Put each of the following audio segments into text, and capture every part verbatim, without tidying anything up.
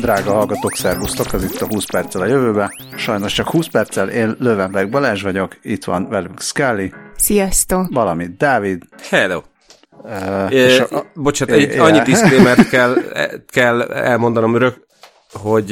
Drága hallgatók, szervusztok, ez itt a húsz perccel a jövőbe. Sajnos csak húsz perccel, én Löwenberg Balázs vagyok, itt van velünk Scully. Sziasztok! Valamint Dávid. Hello! Uh, é, a, bocsánat, é, egy, annyi diszklémert kell, kell elmondanom rög, hogy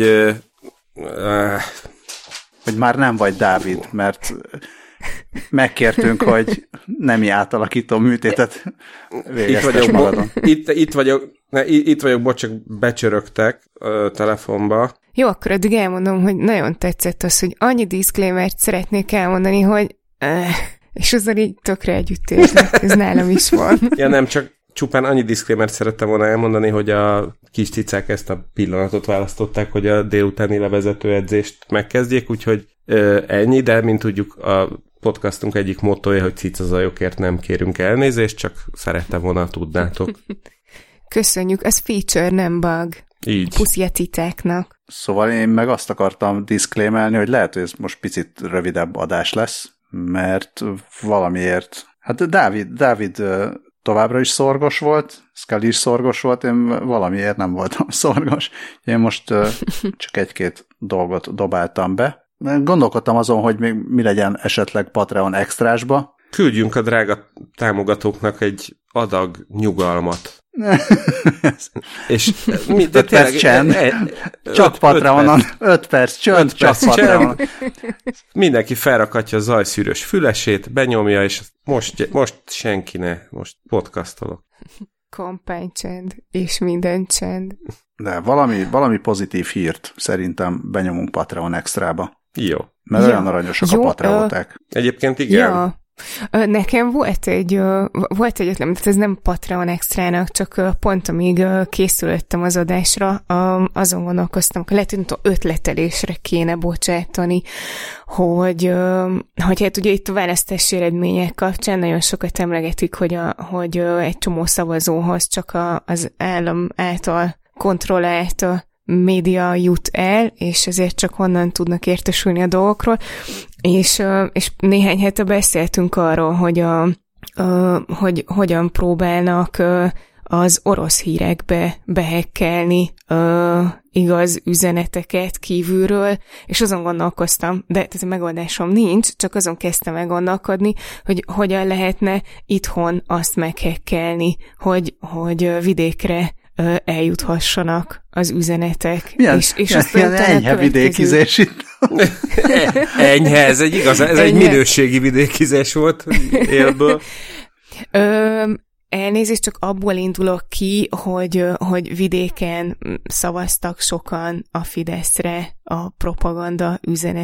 uh, hogy már nem vagy Dávid, mert megkértünk, hogy nemi átalakító műtétet végeztes magadon. Itt, itt vagyok, ne, itt vagyok, bocs, csak becsörögtek a telefonba. Jó, akkor addig elmondom, hogy nagyon tetszett az, hogy annyi diszklémert szeretnék elmondani, hogy uh, és azzal így tökre együtt érzek, ez nálam is van. Ja, nem, csak csupán annyi diszklémert szerettem volna elmondani, hogy a kis cicák ezt a pillanatot választották, hogy a délutáni levezető edzést megkezdjék, úgyhogy ö, ennyi, de mint tudjuk, a podcastunk egyik mottoja, hogy cicazajokért nem kérünk elnézést, csak szerettem volna, tudnátok. Köszönjük, ez feature, nem bug. Így. Puszi a cicáknak. Szóval én meg azt akartam diszklémelni, hogy lehet, hogy ez most picit rövidebb adás lesz, mert valamiért, hát Dávid, Dávid továbbra is szorgos volt, Scully is szorgos volt, én valamiért nem voltam szorgos. Én most csak egy-két dolgot dobáltam be. Gondolkodtam azon, hogy még mi legyen esetleg Patreon extrásba. Küldjünk a drága támogatóknak egy adag nyugalmat. És mi, de öt perc csend. E, e, csak öt, Patreonon. öt perc csönd, csak Patreonon. Mindenki felrakatja a zajszűrös fülesét, benyomja, és most, most senki ne, most podcastolok. Kampány csend, és minden csend. De valami, valami pozitív hírt szerintem benyomunk Patreon extrába. Jó. Mert ja. Olyan aranyosak Jó, a Patreoták. Uh, Egyébként igen. Ja. Nekem volt egy, volt egy ötletem, tehát ez nem Patreon extrának, csak pont amíg készülöttem az adásra, azon gondolkoztam, hogy lehet, hogy ötletelésre kéne bocsátani, hogy, hogy hát ugye itt a választási eredmények kapcsán nagyon sokat emlegetik, hogy, a, hogy egy csomó szavazóhoz csak a, az állam által kontrollált a média jut el, és ezért csak honnan tudnak értesülni a dolgokról, és, és néhány hete beszéltünk arról, hogy, a, a, hogy hogyan próbálnak az orosz hírekbe behekkelni igaz üzeneteket kívülről, és azon gondolkoztam, de ez a megoldásom nincs, csak azon kezdtem meg gondolkodni, hogy hogyan lehetne itthon azt meghekkelni, hogy, hogy vidékre eljuthassanak az üzenetek. Milyen, és, és milyen, milyen enyhe következő... vidékizés itt. Enyhe, ez egy igaz, ez enyhe. Egy minőségi vidékizés volt élből. Ö, elnézést, csak abból indulok ki, hogy, hogy vidéken szavaztak sokan a Fideszre a propaganda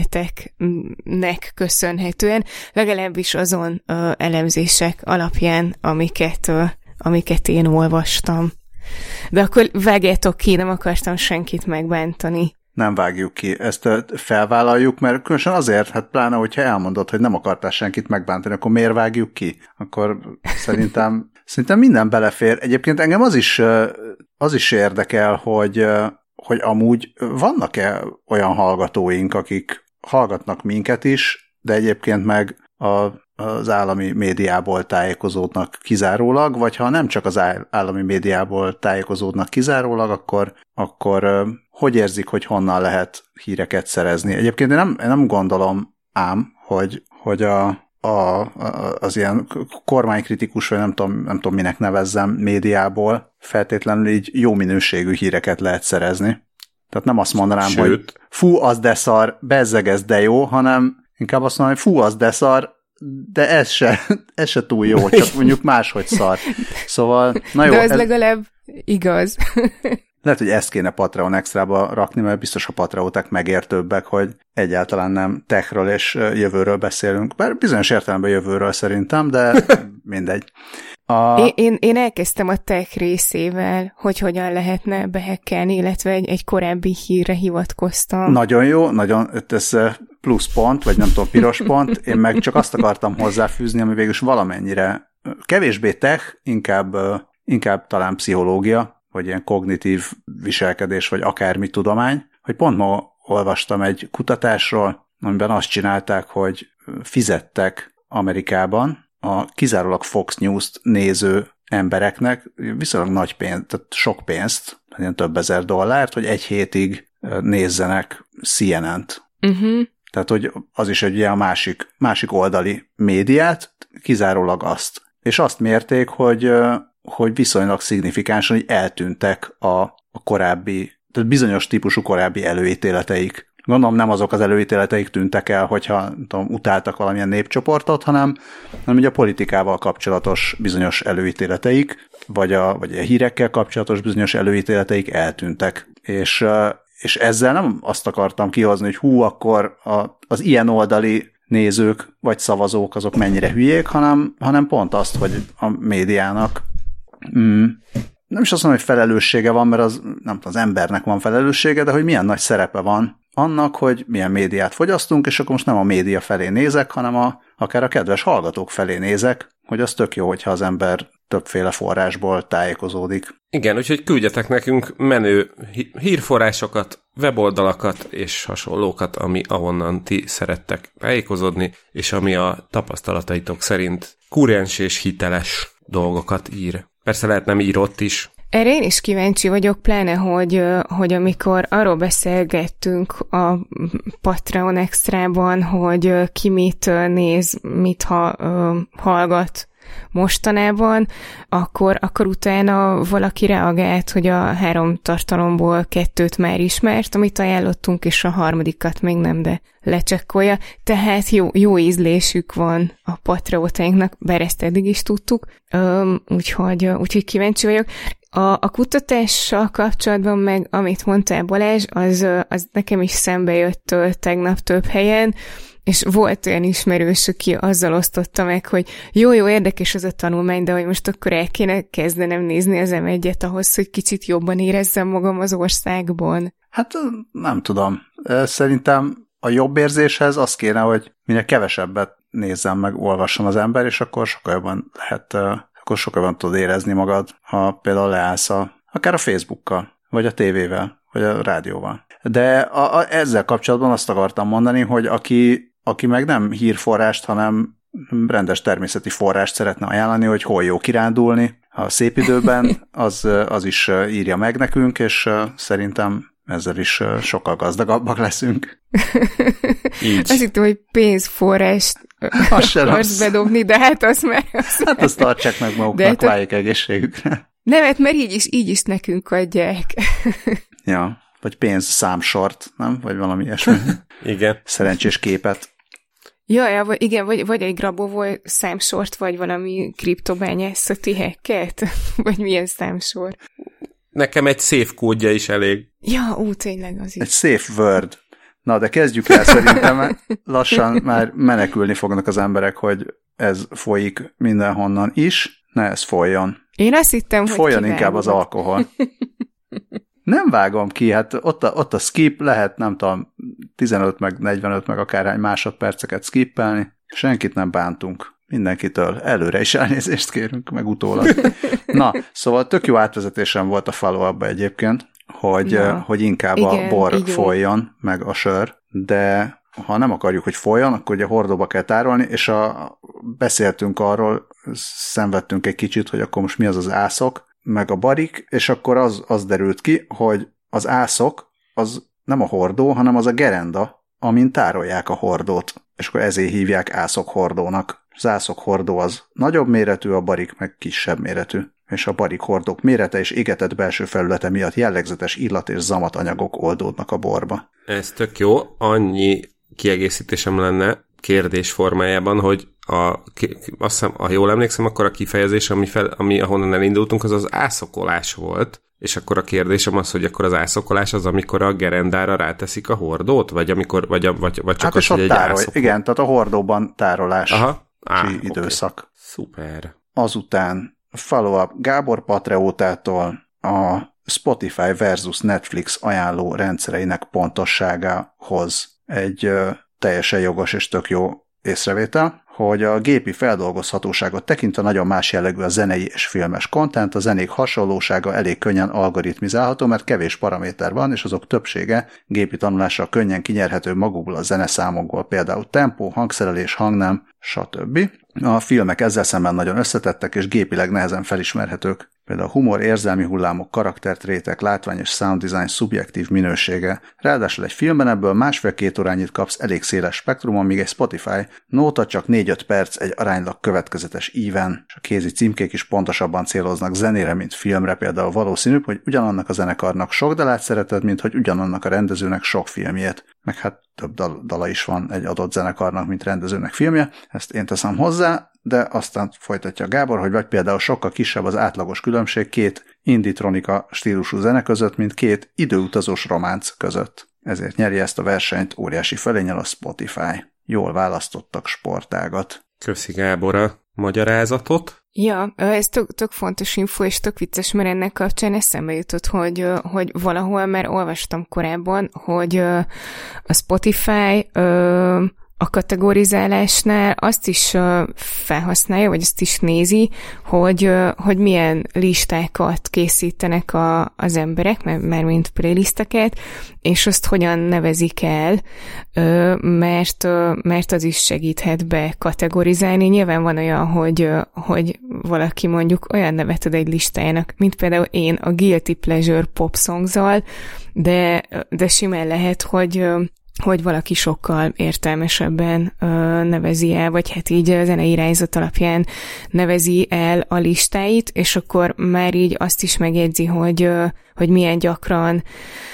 üzeneteknek köszönhetően, legalábbis azon ö, elemzések alapján, amiket, ö, amiket én olvastam. De akkor vágjátok ki, nem akartam senkit megbántani. Nem vágjuk ki, ezt felvállaljuk, mert különösen azért, hát pláne, hogyha elmondod, hogy nem akartál senkit megbántani, akkor miért vágjuk ki? Akkor szerintem, szerintem minden belefér. Egyébként engem az is, az is érdekel, hogy, hogy amúgy vannak-e olyan hallgatóink, akik hallgatnak minket is, de egyébként meg a az állami médiából tájékozódnak kizárólag, vagy ha nem csak az állami médiából tájékozódnak kizárólag, akkor, akkor hogy érzik, hogy honnan lehet híreket szerezni? Egyébként én nem, én nem gondolom ám, hogy, hogy a, a, az ilyen kormánykritikus, vagy nem tudom, nem tudom minek nevezzem, médiából feltétlenül így jó minőségű híreket lehet szerezni. Tehát nem azt mondanám, Sőt. hogy fú, az de szar, bezzeg ez de jó, hanem inkább azt mondanám, hogy fú, az de szar, de ez se, ez se túl jó, csak mondjuk máshogy szar. Szóval, na jó. De az ez... legalább igaz. Lehet, hogy ezt kéne Patreon extrába rakni, mert biztos a patrióták megértőbbek, hogy egyáltalán nem techről és jövőről beszélünk. Bár bizonyos értelemben jövőről szerintem, de mindegy. A... Én, én, én elkezdtem a tech részével, hogy hogyan lehetne behekkelni, illetve egy, egy korábbi hírre hivatkoztam. Nagyon jó, nagyon, ez plusz pont, vagy nem tudom, piros pont. Én meg csak azt akartam hozzáfűzni, ami végül is valamennyire kevésbé tech, inkább, inkább talán pszichológia, vagy ilyen kognitív viselkedés, vagy akármi tudomány, hogy pont ma olvastam egy kutatásról, amiben azt csinálták, hogy fizettek Amerikában a kizárólag Fox News-t néző embereknek viszonylag nagy pénzt, tehát sok pénzt, ilyen több ezer dollárt, hogy egy hétig nézzenek C N N-t. Uh-huh. Tehát, hogy az is egy ilyen másik, másik oldali médiát, kizárólag azt. És azt mérték, hogy, hogy viszonylag szignifikánsan hogy eltűntek a, a korábbi, tehát bizonyos típusú korábbi előítéleteik. Gondolom nem azok az előítéleteik tűntek el, hogyha tudom, utáltak valamilyen népcsoportot, hanem, hanem ugye a politikával kapcsolatos bizonyos előítéleteik, vagy a, vagy a hírekkel kapcsolatos bizonyos előítéleteik eltűntek. És, és ezzel nem azt akartam kihozni, hogy hú, akkor a, az ilyen oldali nézők vagy szavazók azok mennyire hülyék, hanem, hanem pont azt, hogy a médiának mm, nem is azt mondom, hogy felelőssége van, mert az, nem az embernek van felelőssége, de hogy milyen nagy szerepe van annak, hogy milyen médiát fogyasztunk, és akkor most nem a média felé nézek, hanem a, akár a kedves hallgatók felé nézek, hogy az tök jó, hogyha az ember többféle forrásból tájékozódik. Igen, úgyhogy küldjetek nekünk menő hírforrásokat, weboldalakat és hasonlókat, ami ahonnan ti szerettek tájékozódni, és ami a tapasztalataitok szerint kúrens és hiteles dolgokat ír. Persze lehet nem írott is. Erre én is kíváncsi vagyok, pláne, hogy, hogy amikor arról beszélgettünk a Patreon Extrában, hogy ki mit néz, mit ha, hallgat mostanában, akkor, akkor utána valaki reagált, hogy a három tartalomból kettőt már ismert, amit ajánlottunk, és a harmadikat még nem, de lecsekkolja. Tehát jó, jó ízlésük van a patriótáinknak, bár ezt eddig is tudtuk, Üm, úgyhogy, úgyhogy kíváncsi vagyok. A, a kutatással kapcsolatban meg, amit mondtál Balázs, az, az nekem is szembe jött tegnap több helyen, és volt olyan ismerős, aki azzal osztotta meg, hogy jó-jó, érdekes az a tanulmány, de hogy most akkor el kéne kezdenem nézni az em egyet ahhoz, hogy kicsit jobban érezzem magam az országban. Hát nem tudom. Szerintem a jobb érzéshez az kéne, hogy minél kevesebbet nézzem meg, olvassam az ember, és akkor sokkal jobban lehet, akkor sokkal jobban tudod érezni magad, ha például leállsz a, akár a Facebookkal, vagy a tévével, vagy a rádióval. De a, a, ezzel kapcsolatban azt akartam mondani, hogy aki aki meg nem hírforrást, hanem rendes természeti forrást szeretne ajánlani, hogy hol jó kirándulni a szép időben, az, az is írja meg nekünk, és szerintem ezzel is sokkal gazdagabbak leszünk. Így. Azt hittem, hogy pénzforrást akarsz bedobni, de hát az már... Az hát azt tartsák meg maguknak, váljék egészségükre. Nem, hát mert így is, így is nekünk adják. Ja, vagy pénzszámsort, nem? Vagy valami ilyesmi. Igen. Szerencsés képet. Ja, ja, igen, vagy, vagy egy Grabovoi számsort, vagy valami kriptobányászati hacket, vagy milyen számsor. Nekem egy safe kódja is elég. Ja, ú, tényleg az is. Egy safe word. Na, de kezdjük el szerintem, lassan már menekülni fognak az emberek, hogy ez folyik mindenhonnan is, ne ez folyjon. Én azt hittem, hogy folyjon inkább az alkohol. Nem vágom ki, hát ott a, ott a skip lehet, nem tudom, tizenöt meg negyvenöt meg akárhány másodperceket skippelni, senkit nem bántunk, mindenkitől előre is elnézést kérünk, meg utólag. Na, szóval tök jó átvezetésem volt a follow-upba egyébként, hogy, hogy inkább igen, a bor igen. folyjon, meg a sör, de ha nem akarjuk, hogy folyjon, akkor ugye hordóba kell tárolni, és a, beszéltünk arról, szenvedtünk egy kicsit, hogy akkor most mi az az ászok, meg a barik, és akkor az, az derült ki, hogy az ászok az nem a hordó, hanem az a gerenda, amin tárolják a hordót. És akkor ezért hívják ászok hordónak. Az ászok hordó az nagyobb méretű, a barik meg kisebb méretű. És a barik hordók mérete és égetett belső felülete miatt jellegzetes illat és zamatanyagok oldódnak a borba. Ez tök jó. Annyi kiegészítésem lenne kérdés formájában, hogy a, azt hiszem, ha jól emlékszem, akkor a kifejezés, ami, fel, ami ahonnan elindultunk, az az ászokolás volt, és akkor a kérdésem az, hogy akkor az ászokolás az, amikor a gerendára ráteszik a hordót, vagy amikor, vagy, vagy, vagy csak hát az, hogy egy ászokol... Igen, tehát a hordóban tárolási Á, időszak. Okay. Szuper. Azután follow-up Gábor Patreótától a Spotify versus Netflix ajánló rendszereinek pontosságához egy ö, teljesen jogos és tök jó észrevétel, hogy a gépi feldolgozhatóságot tekintve nagyon más jellegű a zenei és filmes content, a zenék hasonlósága elég könnyen algoritmizálható, mert kevés paraméter van, és azok többsége gépi tanulással könnyen kinyerhető magukból a zeneszámokból, például tempó, hangszerelés, hangnem, stb. A filmek ezzel szemben nagyon összetettek és gépileg nehezen felismerhetők. Például a humor, érzelmi hullámok, karaktertrétek, látvány és sound design szubjektív minősége. Ráadásul egy filmben ebből másfél-két órányit kapsz elég széles spektrumon, míg egy Spotify nóta csak négy-öt perc egy aránylag következetes íven, és a kézi címkék is pontosabban céloznak zenére, mint filmre. Például valószínűbb, hogy ugyanannak a zenekarnak sok dalát szereted, mint hogy ugyanannak a rendezőnek sok filmjét. Meg hát több dal- dala is van egy adott zenekarnak, mint rendezőnek filmje. Ezt én teszem hozzá, de aztán folytatja Gábor, hogy vagy például sokkal kisebb az átlagos különbség két inditronika stílusú zene között, mint két időutazós románc között. Ezért nyeri ezt a versenyt óriási felénnyel a Spotify. Jól választottak sportágat. Köszi Gábor a magyarázatot. Ja, ez tök, tök fontos info, és tök vicces, mert ennek kapcsán eszembe jutott, hogy, hogy valahol már olvastam korábban, hogy a Spotify a kategorizálásnál azt is felhasználja, vagy azt is nézi, hogy, hogy milyen listákat készítenek a, az emberek, már mint playlisteket, és azt hogyan nevezik el, mert, mert az is segíthet be kategorizálni. Nyilván van olyan, hogy, hogy valaki mondjuk olyan nevet ad egy listájának, mint például én a Guilty Pleasure pop songzal, de, de simán lehet, hogy hogy valaki sokkal értelmesebben ö, nevezi el, vagy hát így a zenei irányzat alapján nevezi el a listáit, és akkor már így azt is megjegyzi, hogy, ö, hogy milyen gyakran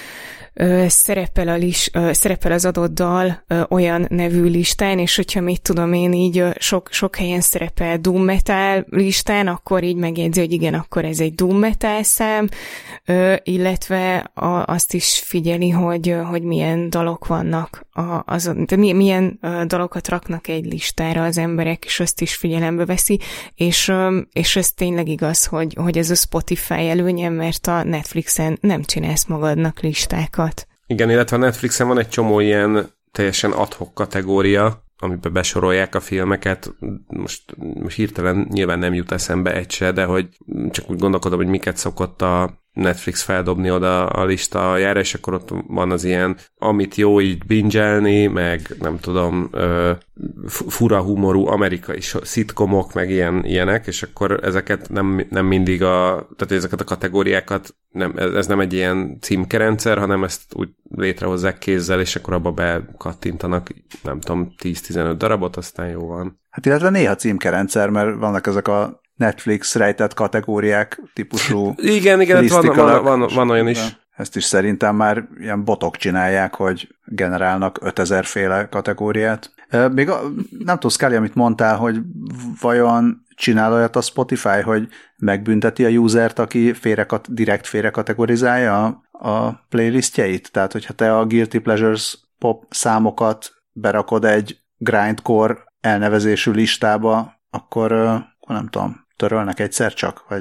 ö, szerepel, a lis, ö, szerepel az adott dal ö, olyan nevű listán, és hogyha mit tudom én így ö, sok, sok helyen szerepel doom metal listán, akkor így megjegyzi, hogy igen, akkor ez egy doom metal szám, ö, illetve a, azt is figyeli, hogy, hogy milyen dalok vannak, a, az, de milyen ö, dalokat raknak egy listára az emberek, és azt is figyelembe veszi, és, ö, és ez tényleg igaz, hogy, hogy ez a Spotify előnye, mert a Netflixen nem csinálsz magadnak listákat. Igen, illetve a Netflixen van egy csomó ilyen teljesen ad-hoc kategória, amiben besorolják a filmeket. Most, most hirtelen nyilván nem jut eszembe egy se, de hogy csak úgy gondolkodom, hogy miket szokott a Netflix feldobni oda a listájára, és akkor ott van az ilyen, amit jó így bingelni, meg nem tudom, ö, fura humorú amerikai szitkomok, meg ilyen, ilyenek, és akkor ezeket nem, nem mindig a, tehát ezeket a kategóriákat, nem, ez nem egy ilyen címkerendszer, hanem ezt úgy létrehozzák kézzel, és akkor abba bekattintanak, nem tudom, tíz-tizenöt darabot, aztán jó van. Hát illetve néha címkerendszer, mert vannak ezek a Netflix rejtett kategóriák típusú igen, igen, van, van, van, van olyan is. Ezt is szerintem már ilyen botok csinálják, hogy generálnak ötezer féle kategóriát. Még a, nem tudom, Scully, amit mondtál, hogy vajon csinál olyat a Spotify, hogy megbünteti a usert, aki félre, direkt félre kategorizálja a, a playlistjeit? Tehát, hogyha te a Guilty Pleasures pop számokat berakod egy grindcore elnevezésű listába, akkor, akkor nem tudom, törölnek egyszer csak? Vagy...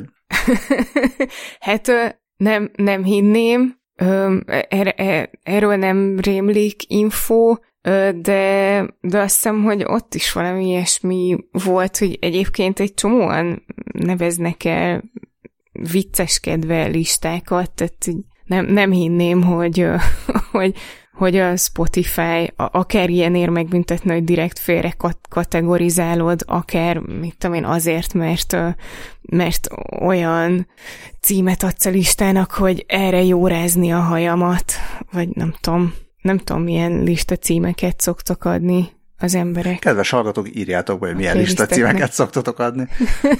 hát nem, nem hinném, er, erről nem rémlik info, de, de azt hiszem, hogy ott is valami ilyesmi volt, hogy egyébként egy csomóan neveznek el vicceskedve listákat, tehát nem, nem hinném, hogy, hogy, hogy a Spotify akár ilyenért megbüntetne, hogy direkt félre kategorizálod, akár, mit tudom én, azért, mert, mert olyan címet adsz a listának, hogy erre jórázni a hajamat, vagy nem tudom, nem tudom, milyen lista címeket szoktak adni az emberek. Kedves hallgatók, írjátok be, hogy milyen lista címeket szoktatok adni.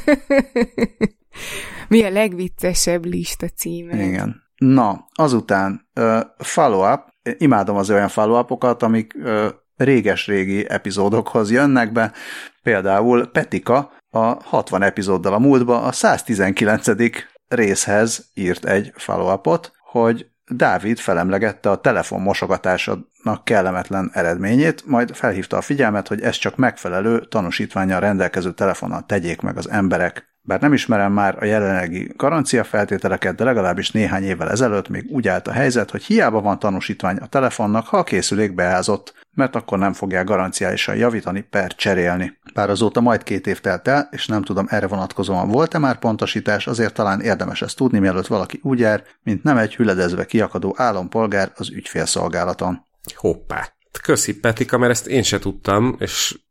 Mi a legviccesebb lista címe? Igen. Na, azután uh, follow-up. Imádom az olyan follow-upokat, amik uh, réges-régi epizódokhoz jönnek be. Például Petika a hatvan epizóddal a múltba a száztizenkilencedik részhez írt egy follow-upot, hogy Dávid felemlegette a telefon mosogatásának kellemetlen eredményét, majd felhívta a figyelmet, hogy ez csak megfelelő tanúsítvánnyal rendelkező telefonnal tegyék meg az emberek. Bár nem ismerem már a jelenlegi garancia feltételeket, de legalábbis néhány évvel ezelőtt még úgy állt a helyzet, hogy hiába van tanúsítvány a telefonnak, ha a készülék beázott, mert akkor nem fogják garanciálisan javítani per cserélni. Bár azóta majd két év telt el, és nem tudom, erre vonatkozóan volt-e már pontosítás, azért talán érdemes ezt tudni, mielőtt valaki úgy jár, mint nem egy hüledezve kiakadó állampolgár az ügyfélszolgálaton. Hoppá! Köszi, Petika, mert ezt én se tudtam, és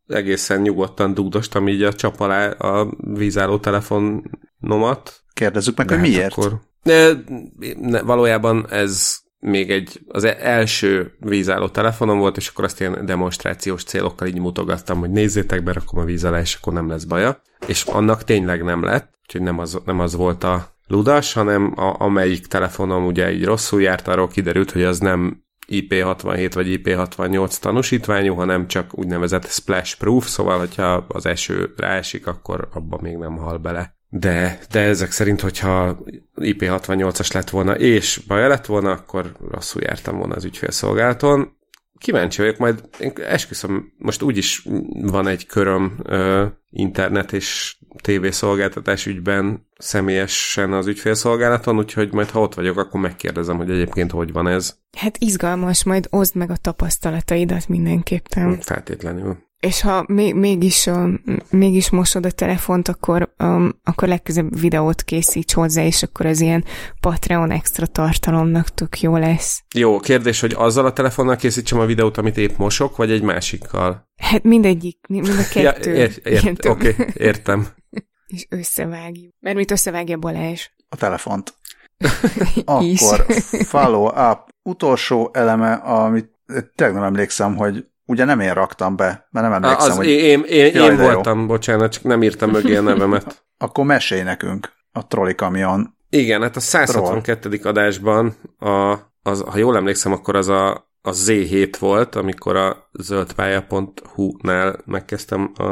egészen nyugodtan dugdostam így a csap alá a vízálló telefonomat. Kérdezzük meg, hogy miért? Akkor... Ne, ne, valójában ez még egy, az első vízálló telefonom volt, és akkor azt ilyen demonstrációs célokkal így mutogattam, hogy nézzétek be, rakom a víz alá, és akkor nem lesz baja. És annak tényleg nem lett, úgyhogy nem az, nem az volt a ludas, hanem a, amelyik telefonom ugye így rosszul járt, arról kiderült, hogy az nem I P hatvanhét vagy I P hatvannyolc tanúsítványú, hanem csak úgynevezett splash proof, szóval, hogyha az eső ráesik, akkor abban még nem hal bele. De, de ezek szerint, hogyha I P hatvannyolcas lett volna, és baja lett volna, akkor rosszul jártam volna az ügyfélszolgálaton. Kíváncsi vagyok, majd én esküszöm, most úgyis van egy köröm ö, internet és tévészolgáltatás ügyben személyesen az ügyfélszolgálaton, úgyhogy majd ha ott vagyok, akkor megkérdezem, hogy egyébként hogy van ez. Hát izgalmas, majd oszd meg a tapasztalataidat mindenképpen. Feltétlenül. És ha még, mégis, um, mégis mosod a telefont, akkor, um, akkor legközelebb videót készíts hozzá, és akkor az ilyen Patreon extra tartalomnak tök jó lesz. Jó, kérdés, hogy azzal a telefonnal készítsem a videót, amit épp mosok, vagy egy másikkal? Hát mindegyik, mind a kettő. Ja, ért, ért, Oké, okay, értem. És összevágjuk. Mert mit összevágja Balázs? A telefont. Akkor follow up. Utolsó eleme, amit tényleg nem emlékszem, hogy ugye nem én raktam be, mert nem emlékszem, az hogy... Én, én, Jaj, én voltam, jó. Bocsánat, csak nem írtam mögé a nevemet. Akkor mesélj nekünk a trolli kamion. Igen, hát a száz hatvankettedik adásban, a, az, ha jól emlékszem, akkor az a, a zé hét volt, amikor a zöldpálya pont hu-nál megkezdtem a,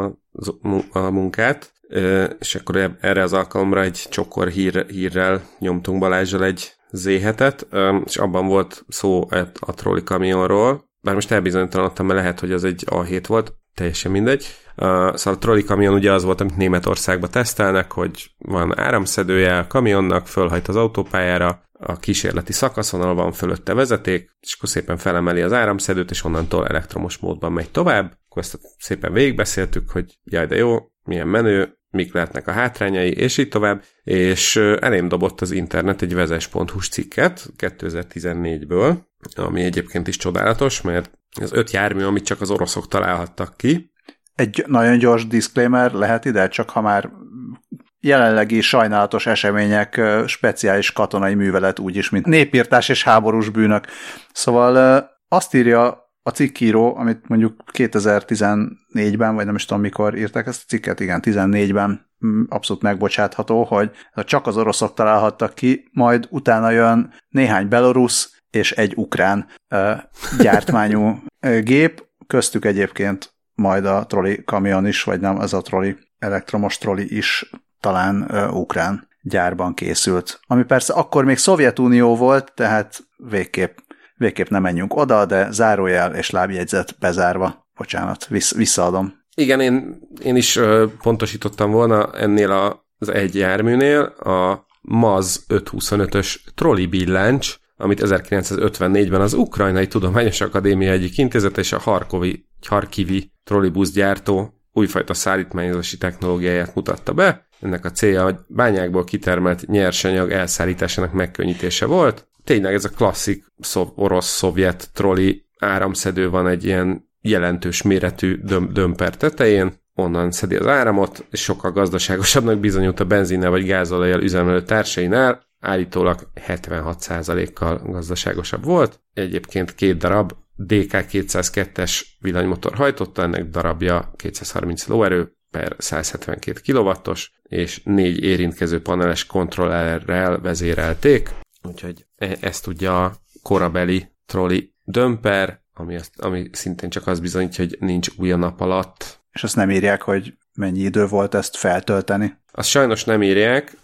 a munkát, és akkor erre az alkalomra egy csokor hír, hírrel nyomtunk Balázsral egy zé hetet, és abban volt szó a trolli kamionról, bár most elbizonytalanodtam, mert lehet, hogy az egy á hét volt, teljesen mindegy. Uh, szóval a trolli kamion ugye az volt, amit Németországban tesztelnek, hogy van áramszedője a kamionnak, fölhajt az autópályára, a kísérleti szakaszon, ahol van fölötte vezeték, és akkor szépen felemeli az áramszedőt, és onnantól elektromos módban megy tovább. Akkor ezt szépen végigbeszéltük, hogy jaj, de jó, milyen menő, mik lehetnek a hátrányai, és így tovább, és elém dobott az internet egy vezes pont hu-s cikket kétezer-tizennégyből, ami egyébként is csodálatos, mert az öt jármű, amit csak az oroszok találhattak ki. Egy nagyon gyors disclaimer lehet ide, csak ha már jelenlegi sajnálatos események, speciális katonai művelet úgyis, mint népírtás és háborús bűnök. Szóval azt írja a cikkíró, amit mondjuk kétezer-tizennégyben, vagy nem is tudom mikor írták ezt a cikket, igen, tizennégyben abszolút megbocsátható, hogy csak az oroszok találhattak ki, majd utána jön néhány belorusz és egy ukrán uh, gyártmányú uh, gép, köztük egyébként majd a trolli kamion is, vagy nem, ez a trolli, elektromos trolli is talán uh, ukrán gyárban készült. Ami persze akkor még Szovjetunió volt, tehát végképp, végképp nem menjünk oda, de zárójel és lábjegyzet bezárva. Bocsánat, vissz, visszaadom. Igen, én, én is uh, pontosítottam volna ennél a, az egy járműnél, a MAZ ötszázhuszonötös trolli billáncs, amit ezerkilencszázötvennégyben az Ukrajnai Tudományos Akadémia egyik intézete és a Harkovi, Harkivi trollibuszgyártó újfajta szállítmányozási technológiáját mutatta be. Ennek a célja, hogy bányákból kitermelt nyersanyag elszállításának megkönnyítése volt. Tényleg ez a klasszik szov, orosz-szovjet trolli áramszedő van egy ilyen jelentős méretű döm- dömper tetején, onnan szedi az áramot, és sokkal gazdaságosabbnak bizonyult a benzinnel vagy gázolajjal üzemelő társainál, állítólag hetvenhat százalékkal gazdaságosabb volt. Egyébként két darab dé ká kétszázkettes villanymotor hajtotta, ennek darabja kétszázharminc lóerő per százhetvenkét kilowattos, és négy érintkező paneles kontrollerrel vezérelték, úgyhogy ezt tudja a korabeli trolli dömper, ami, azt, ami szintén csak az bizonyítja, hogy nincs új a nap alatt. És azt nem írják, hogy mennyi idő volt ezt feltölteni? Azt sajnos nem írják.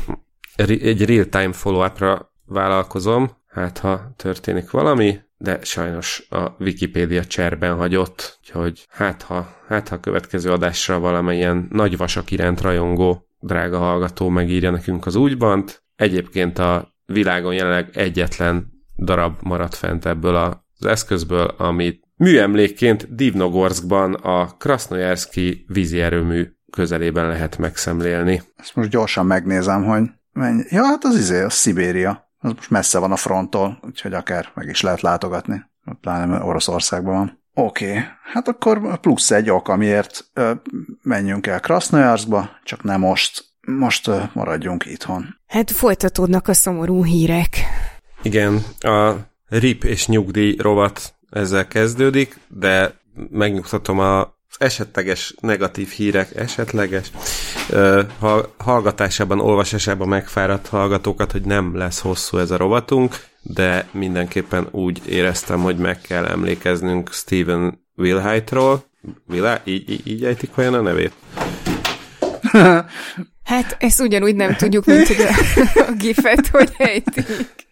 Egy real-time follow-upra vállalkozom, hát ha történik valami, de sajnos a Wikipédia cserben hagyott, úgyhogy hát ha, hát ha a következő adásra valamilyen nagy vasak iránt rajongó drága hallgató megírja nekünk az úgybant. Egyébként a világon jelenleg egyetlen darab maradt fent ebből az eszközből, amit műemlékként Divnogorskban a Krasznojarszki vízi erőmű közelében lehet megszemlélni. Ezt most gyorsan megnézem, hogy mennyi. Ja, hát az izé, a Szibéria. Az most messze van a fronttól, úgyhogy akár meg is lehet látogatni. Pláne Oroszországban van. Oké, okay. Hát akkor plusz egy ok, amiért ö, menjünk el Krasnojarskba, csak nem most. Most ö, maradjunk itthon. Hát folytatódnak a szomorú hírek. Igen, a er i pé és nyugdíj rovat ezzel kezdődik, de megnyugtatom az esetleges negatív hírek, esetleges ö, hallgatásában, olvasásában megfáradt hallgatókat, hogy nem lesz hosszú ez a rovatunk, de mindenképpen úgy éreztem, hogy meg kell emlékeznünk Stephen Wilhite-ról. Wilhite? Így, így, így ejtik olyan a nevét? Hát ezt ugyanúgy nem tudjuk, mint hogy a, a gifet, hogy ejtik.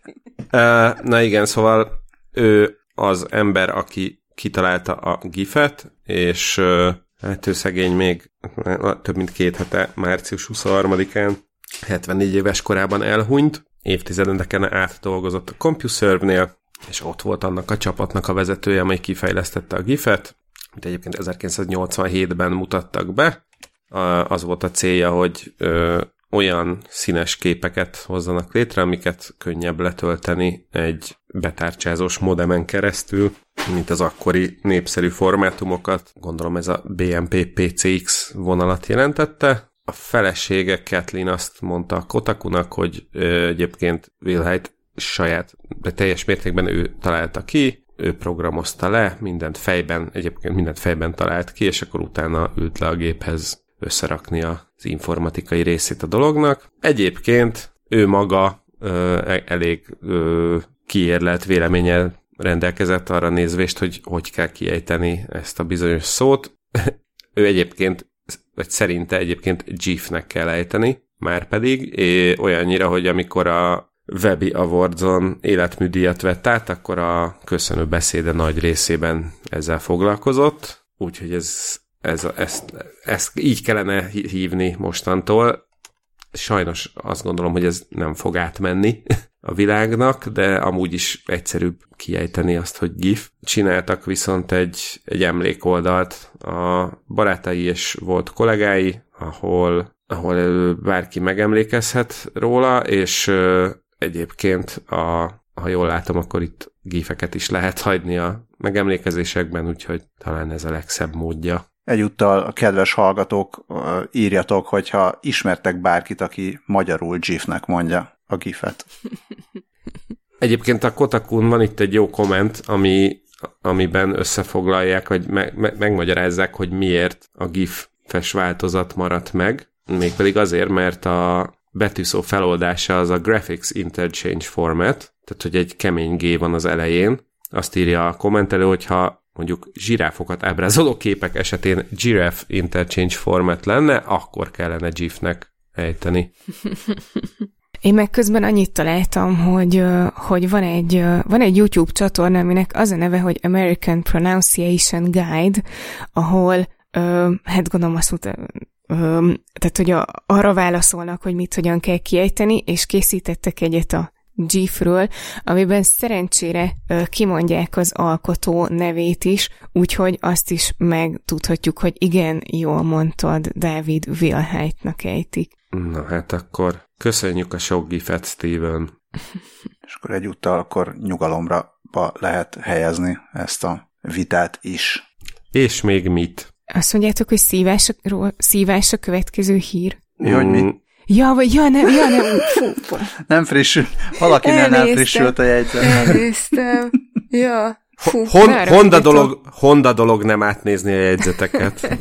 Na igen, szóval ő az ember, aki kitalálta a gifet, és hát ő szegény még több mint két hete, március huszonharmadikán hetvennégy éves korában elhunyt, évtizedeken át dolgozott a CompuServe-nél, és ott volt annak a csapatnak a vezetője, amely kifejlesztette a gifet, amit egyébként ezerkilencszáznyolcvanhétben mutattak be. Az volt a célja, hogy ö, olyan színes képeket hozzanak létre, amiket könnyebb letölteni egy betárcsázós modemen keresztül, mint az akkori népszerű formátumokat. Gondolom ez a bé em pé pé cé iksz vonalat jelentette. A felesége Kathleen azt mondta a Kotakunak, hogy ö, egyébként Wilhite saját, de teljes mértékben ő találta ki, ő programozta le, mindent fejben, egyébként mindent fejben talált ki, és akkor utána ült le a géphez összerakni az informatikai részét a dolognak. Egyébként ő maga ö, elég ö, kiérlelt véleménnyel rendelkezett arra nézvést, hogy hogy kell kiejteni ezt a bizonyos szót. Ő egyébként, vagy szerinte egyébként gifnek kell ejteni, márpedig olyannyira, hogy amikor a Webby Awards-on életműdíjat vett át, akkor a köszönő beszéde nagy részében ezzel foglalkozott, úgyhogy ez, ez, ezt, ezt így kellene hívni mostantól. Sajnos azt gondolom, hogy ez nem fog átmenni a világnak, de amúgy is egyszerűbb kiejteni azt, hogy gif. Csináltak viszont egy, egy emlékoldalt a barátai és volt kollégái, ahol, ahol bárki megemlékezhet róla, és egyébként, a, ha jól látom, akkor itt gifeket is lehet hagyni a megemlékezésekben, úgyhogy talán ez a legszebb módja. Egyúttal a kedves hallgatók, írjatok, hogyha ismertek bárkit, aki magyarul gifnek mondja a gifet. Egyébként a Kotakun van itt egy jó komment, ami, amiben összefoglalják, vagy me, me, megmagyarázzák, hogy miért a gif-es változat maradt meg. Mégpedig azért, mert a betűszó feloldása az a Graphics Interchange Format, tehát hogy egy kemény G van az elején. Azt írja a kommentelő, hogyha mondjuk zsiráfokat ábrázoló képek esetén Giraffe Interchange Format lenne, akkor kellene gifnek ejteni. Én meg közben annyit találtam, hogy, hogy van, egy, van egy YouTube csatorna, aminek az a neve, hogy American Pronunciation Guide, ahol, hát gondolom azt mondta, tehát, hogy a, arra válaszolnak, hogy mit hogyan kell kiejteni, és készítettek egyet a gifről, amiben szerencsére kimondják az alkotó nevét is, úgyhogy azt is megtudhatjuk, hogy igen, jól mondtad, David Wilhite-nak ejtik. Na hát akkor köszönjük a sok gifet, Steven. És akkor egyúttal akkor nyugalomra lehet helyezni ezt a vitát is. És még mit? Azt mondjátok, hogy szívásról, szívás a következő hír? Mi, hogy mi? Ja, vagy ja, nem, ja, nem. Fú, nem frissül. Valakinél nem frissült a jegyzet. Elnéztem. Ja. Fú, Hon, Honda, dolog, Honda dolog nem átnézni a jegyzeteket.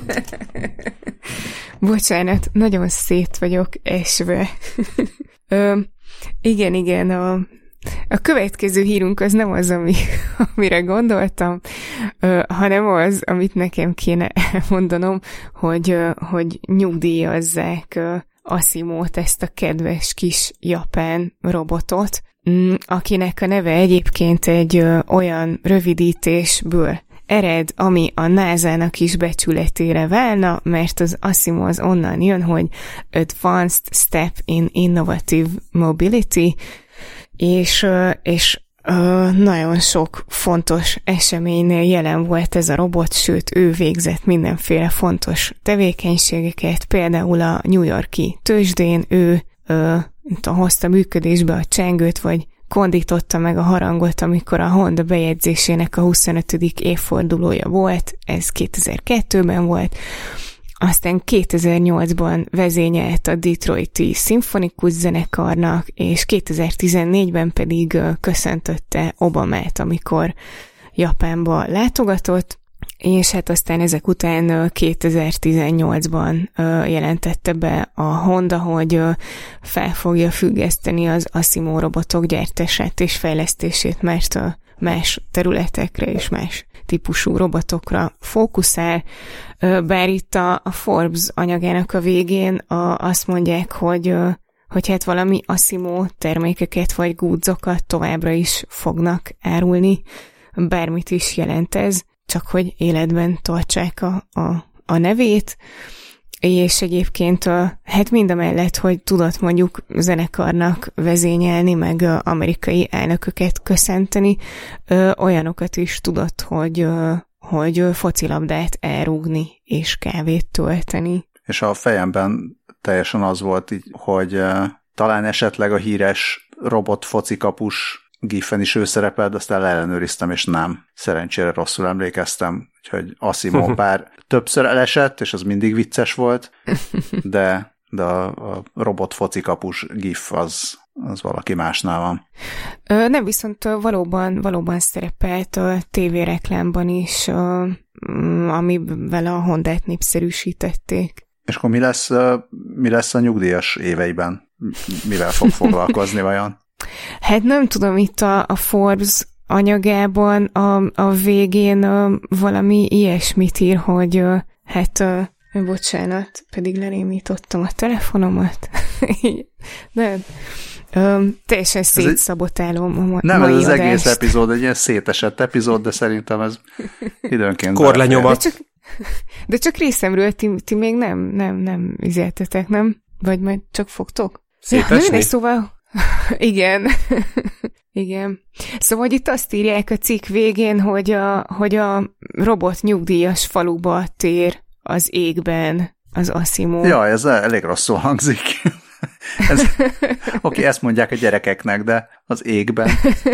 Bocsánat, nagyon szét vagyok esve. Ö, igen, igen, a, a következő hírunk az nem az, ami, amire gondoltam, ö, hanem az, amit nekem kéne elmondanom, hogy, ö, hogy nyugdíjazzák ö, Asimót, ezt a kedves kis japán robotot, akinek a neve egyébként egy ö, olyan rövidítésből ered, ami a nászának is becsületére válna, mert az Asimo az onnan jön, hogy Advanced Step in Innovative Mobility, és, ö, és ö, nagyon sok fontos eseménynél jelen volt ez a robot, sőt, ő végzett mindenféle fontos tevékenységeket, például a New York-i tőzsdén ő ö, hozta működésbe a csengőt, vagy kondította meg a harangot, amikor a Honda bejegyzésének a huszonötödik évfordulója volt, ez kétezer-kettőben volt, aztán kétezer-nyolcban vezényelt a Detroiti Szimfonikus Zenekarnak, és kétezer-tizennégyben pedig köszöntötte Obamát, amikor Japánba látogatott, és hát aztán ezek után kétezer-tizennyolcban jelentette be a Honda, hogy fel fogja függeszteni az Asimo robotok gyártását és fejlesztését, mert más területekre és más típusú robotokra fókuszál, bár itt a, a Forbes anyagának a végén a, azt mondják, hogy, hogy hát valami Asimo termékeket vagy gúdzokat továbbra is fognak árulni, bármit is jelent ez, csak hogy életben tartsák a, a, a nevét, és egyébként hát mindamellett, hogy tudott mondjuk zenekarnak vezényelni, meg amerikai elnököket köszönteni, olyanokat is tudott, hogy, hogy focilabdát elrúgni és kávét tölteni. És a fejemben teljesen az volt így, hogy talán esetleg a híres robot focikapus gifen is ő szerepel, de aztán ellenőriztem, és nem. Szerencsére rosszul emlékeztem, úgyhogy Asimo bár többször elesett, és az mindig vicces volt, de, de a, a robot focikapus gif az, az valaki másnál van. Ö, nem, viszont valóban, valóban szerepelt a tévéreklámban is, ö, amivel a Hondát népszerűsítették. És akkor mi lesz, mi lesz a nyugdíjas éveiben? Mivel fog foglalkozni vajon? Hát nem tudom, itt a, a Forbes anyagában a, a végén a, valami ilyesmit ír, hogy hát, a, bocsánat, pedig lerémítottam a telefonomat. nem. Ö, teljesen szétszabotálom a ma- nem, mai ez az adást. egész epizód egy ilyen szétesett epizód, de szerintem ez időnként... Korlenyomat. De csak, de csak részemről ti, ti még nem, nem, nem üzeltetek, nem? Vagy majd csak fogtok? Szétesni? Ja, szóval... Igen. Igen. Szóval, hogy itt azt írják a cikk végén, hogy a, hogy a robot nyugdíjas faluba tér az égben az Asimo. Ja, ez elég rosszul hangzik. ez, oké, ezt mondják a gyerekeknek, de az égben.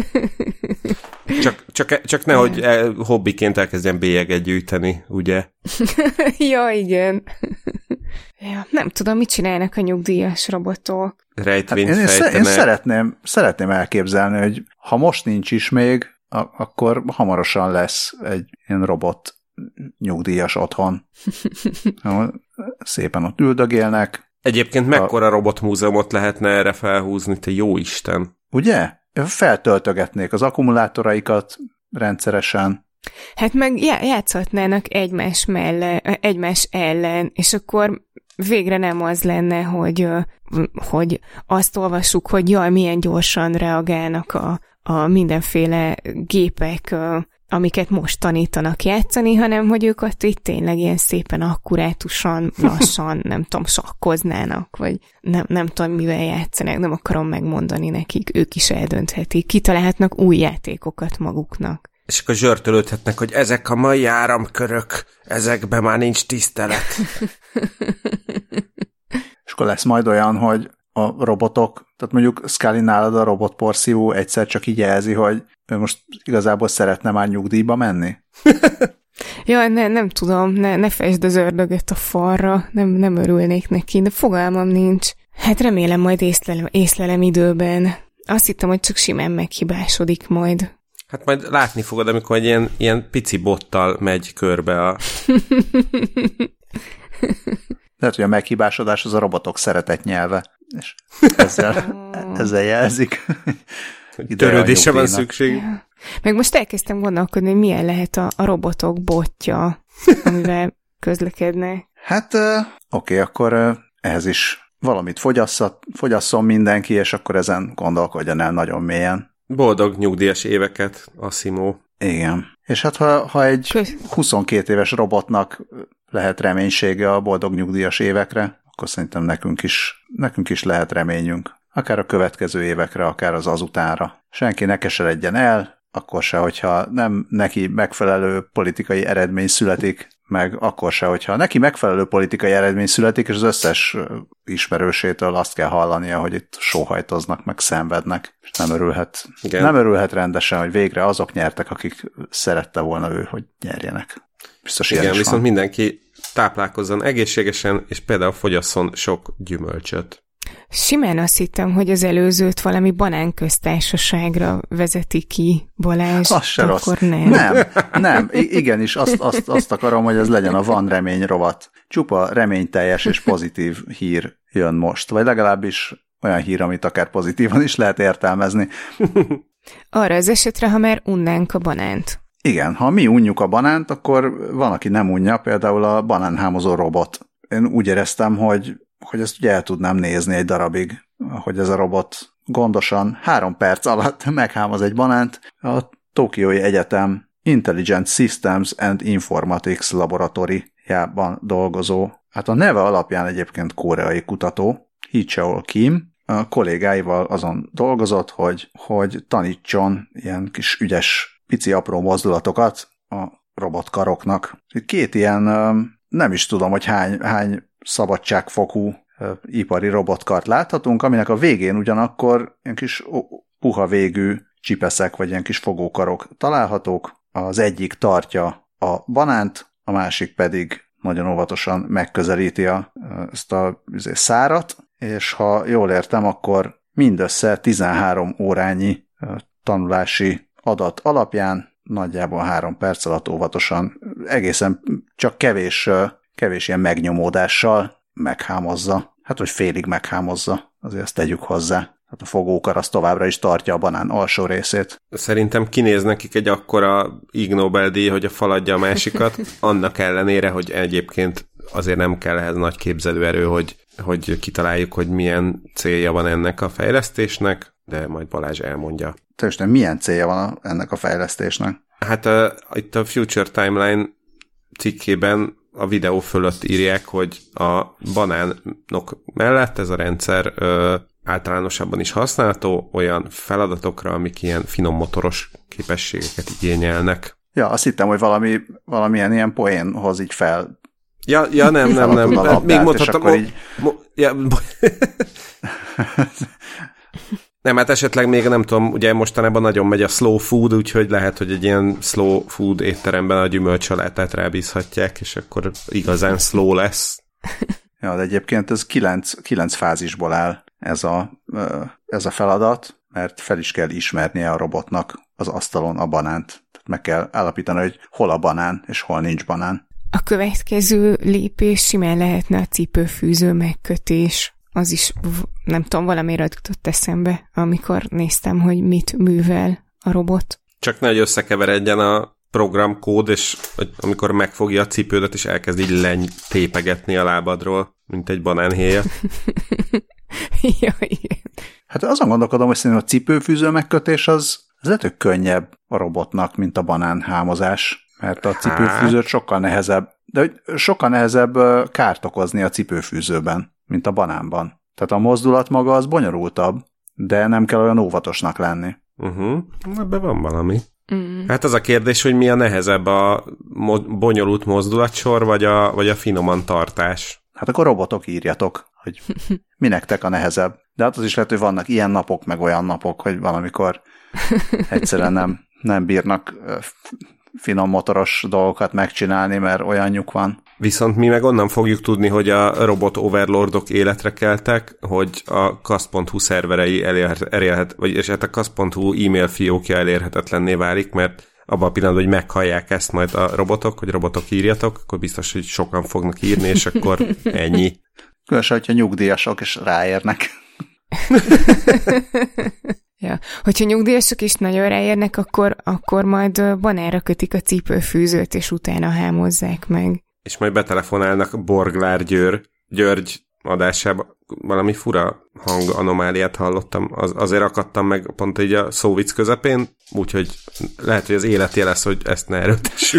Csak, csak, csak nehogy el, hobbiként elkezdjen bélyeget gyűjteni, ugye? ja, igen. Ja, nem tudom, mit csinálnak a nyugdíjas robotok. Rejtvényt hát én, fejtenek. Én szeretném, szeretném elképzelni, hogy ha most nincs is még, a, akkor hamarosan lesz egy ilyen robot nyugdíjas otthon. Szépen ott üldögélnek. Egyébként mekkora a... robotmúzeumot lehetne erre felhúzni, te jó Isten. Ugye? Feltöltögetnék az akkumulátoraikat rendszeresen. Hát meg játszhatnának egymás mellé, egymás ellen, és akkor végre nem az lenne, hogy, hogy azt olvassuk, hogy jaj, milyen gyorsan reagálnak a, a mindenféle gépek, amiket most tanítanak játszani, hanem hogy ők ott itt tényleg ilyen szépen akkurátusan, lassan, nem tudom, sakkoznának, vagy nem, nem tudom, mivel játszanak, nem akarom megmondani nekik, ők is eldönthetik, kitalálhatnak új játékokat maguknak. És akkor zsörtölődhetnek, hogy ezek a mai áramkörök, ezekben már nincs tisztelet. És akkor lesz majd olyan, hogy a robotok, tehát mondjuk Scully nálad a robotporszívó egyszer csak így jelzi, hogy ő most igazából szeretne már nyugdíjba menni? Jaj, ne, nem tudom, ne, ne fesd az ördögöt a falra, nem, nem örülnék neki, de fogalmam nincs. Hát remélem majd észlelem, észlelem időben. Azt hittem, hogy csak simán meghibásodik majd. Hát majd látni fogod, amikor egy ilyen, ilyen pici bottal megy körbe a... Lehet, hogy a meghibásodás az a robotok szeretett nyelve, és ezzel, ezzel jelzik. Törődése van szükség. Meg most elkezdtem gondolkodni, hogy milyen lehet a, a robotok botja, amivel közlekednek. Hát oké, okay, akkor ehhez is valamit fogyasszon mindenki, és akkor ezen gondolkodjon el nagyon mélyen. Boldog nyugdíjas éveket, Asimo. Igen. És hát ha, ha egy huszonkét éves robotnak lehet reménysége a boldog nyugdíjas évekre, akkor szerintem nekünk is, nekünk is lehet reményünk. Akár a következő évekre, akár az azutánra. Senki ne keseredjen el, akkor se, hogyha nem neki megfelelő politikai eredmény születik, meg akkor se, hogyha neki megfelelő politikai eredmény születik, és az összes ismerősétől azt kell hallania, hogy itt sóhajtoznak, meg szenvednek, és nem örülhet, nem örülhet rendesen, hogy végre azok nyertek, akik szerette volna ő, hogy nyerjenek. Biztos igen, viszont van. Mindenki táplálkozzon egészségesen, és például fogyasszon sok gyümölcsöt. Simán azt hittem, hogy az előzőt valami banánköztársaságra vezeti ki Balázs. Az se akkor rossz. nem. Nem, nem, igenis, azt, azt, azt akarom, hogy ez legyen a Van Remény rovat. Csupa reményteljes és pozitív hír jön most, vagy legalábbis olyan hír, amit akár pozitívan is lehet értelmezni. Arra az esetre, ha már unnánk a banánt. Igen, ha mi unjuk a banánt, akkor van, aki nem unja, például a banánhámozó robot. Én úgy éreztem, hogy hogy ezt ugye el tudnám nézni egy darabig, hogy ez a robot gondosan három perc alatt meghámoz egy banánt. A Tokiói Egyetem Intelligent Systems and Informatics Laboratory-jában dolgozó, hát a neve alapján egyébként koreai kutató, Hee-cheol Kim, a kollégáival azon dolgozott, hogy, hogy tanítson ilyen kis ügyes, pici apró mozdulatokat a robotkaroknak. Két ilyen, nem is tudom, hogy hány, hány szabadságfokú uh, ipari robotkart láthatunk, aminek a végén ugyanakkor ilyen kis puha végű csipeszek, vagy ilyen kis fogókarok találhatók. Az egyik tartja a banánt, a másik pedig nagyon óvatosan megközelíti a, ezt a szárat, és ha jól értem, akkor mindössze tizenhárom órányi uh, tanulási adat alapján nagyjából három perc alatt óvatosan, egészen csak kevés uh, kevés ilyen megnyomódással meghámozza. Hát, hogy félig meghámozza. Azért ezt tegyük hozzá. Hát a fogókar az továbbra is tartja a banán alsó részét. Szerintem kinéz nekik egy akkora Ig Nobel-díj, hogy a faladja a másikat, annak ellenére, hogy egyébként azért nem kell ehhez nagy képzelőerő, hogy, hogy kitaláljuk, hogy milyen célja van ennek a fejlesztésnek, de majd Balázs elmondja. Teljesen milyen célja van ennek a fejlesztésnek? Hát uh, itt a Future Timeline cikkében a videó fölött írják, hogy a banánok mellett ez a rendszer ö, általánosabban is használható olyan feladatokra, amik ilyen finom motoros képességeket igényelnek. Ja, azt hittem, hogy valami, valamilyen ilyen poénhoz így fel... Ja, ja nem, nem, nem. Labdát, még mondhattam... Mo- így... mo- ja, nem, hát esetleg még nem tudom, ugye mostanában nagyon megy a slow food, úgyhogy lehet, hogy egy ilyen slow food étteremben a gyümölcsalátát rábízhatják, és akkor igazán slow lesz. Ja, de egyébként ez kilenc, kilenc fázisból áll ez a, ez a feladat, mert fel is kell ismernie a robotnak az asztalon a banánt. Tehát meg kell állapítani, hogy hol a banán, és hol nincs banán. A következő lépés simán lehetne a cipőfűző megkötés. Az is, nem tudom, valamiért jutott eszembe, amikor néztem, hogy mit művel a robot. Csak ne, hogy összekeveredjen a programkód, és amikor megfogja a cipődet, és elkezd így letépegetni a lábadról, mint egy banánhéja. Ja, igen. Hát azon gondolkodom, hogy szerintem a cipőfűző megkötés az, az lehet, hogy könnyebb a robotnak, mint a banánhámozás, mert a cipőfűzőt sokkal nehezebb, de hogy sokkal nehezebb kárt okozni a cipőfűzőben, mint a banánban. Tehát a mozdulat maga az bonyolultabb, de nem kell olyan óvatosnak lenni. Uh-huh. Ebben van valami. Mm. Hát az a kérdés, hogy mi a nehezebb, a mo- bonyolult mozdulatsor, vagy a, vagy a finoman tartás. Hát akkor robotok írjatok, hogy mi nektek a nehezebb. De hát az is lehet, hogy vannak ilyen napok, meg olyan napok, hogy valamikor egyszerűen nem, nem bírnak finom motoros dolgokat megcsinálni, mert olyanjuk van. Viszont mi meg onnan fogjuk tudni, hogy a robot overlordok életre keltek, hogy a kasz pont hu szerverei elérhet, elérhet, vagy és hát a kasz pont hu e-mail fiókja elérhetetlenné válik, mert abban a pillanatban, hogy meghallják ezt majd a robotok, hogy robotok írjatok, akkor biztos, hogy sokan fognak írni, és akkor ennyi. Különösen, hogyha nyugdíjasok is ráérnek. Ja. Hogyha nyugdíjasok is nagyon ráérnek, akkor, akkor majd banára kötik a cipőfűzőt, és utána hámozzák meg. És majd betelefonálnak Borglár Győr, György adásába. Valami fura hang anomáliát hallottam. Az, azért akadtam meg pont így a szóvic közepén, úgyhogy lehet, hogy az életi lesz, hogy ezt ne erőtessük.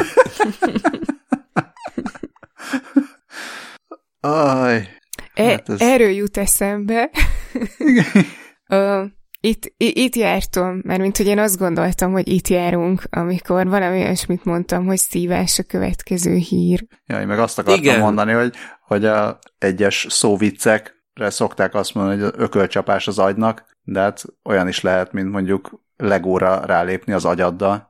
Aj, e- hát ez... Erről jut eszembe. Ö, Itt, itt jártam, mert mint hogy én azt gondoltam, hogy itt járunk, amikor valami olyasmit mondtam, hogy szívás a következő hír. Ja, én meg azt akartam Igen. mondani, hogy, hogy a egyes szóviccekre szokták azt mondani, hogy ökölcsapás az agynak, de hát olyan is lehet, mint mondjuk Legóra rálépni az agyaddal.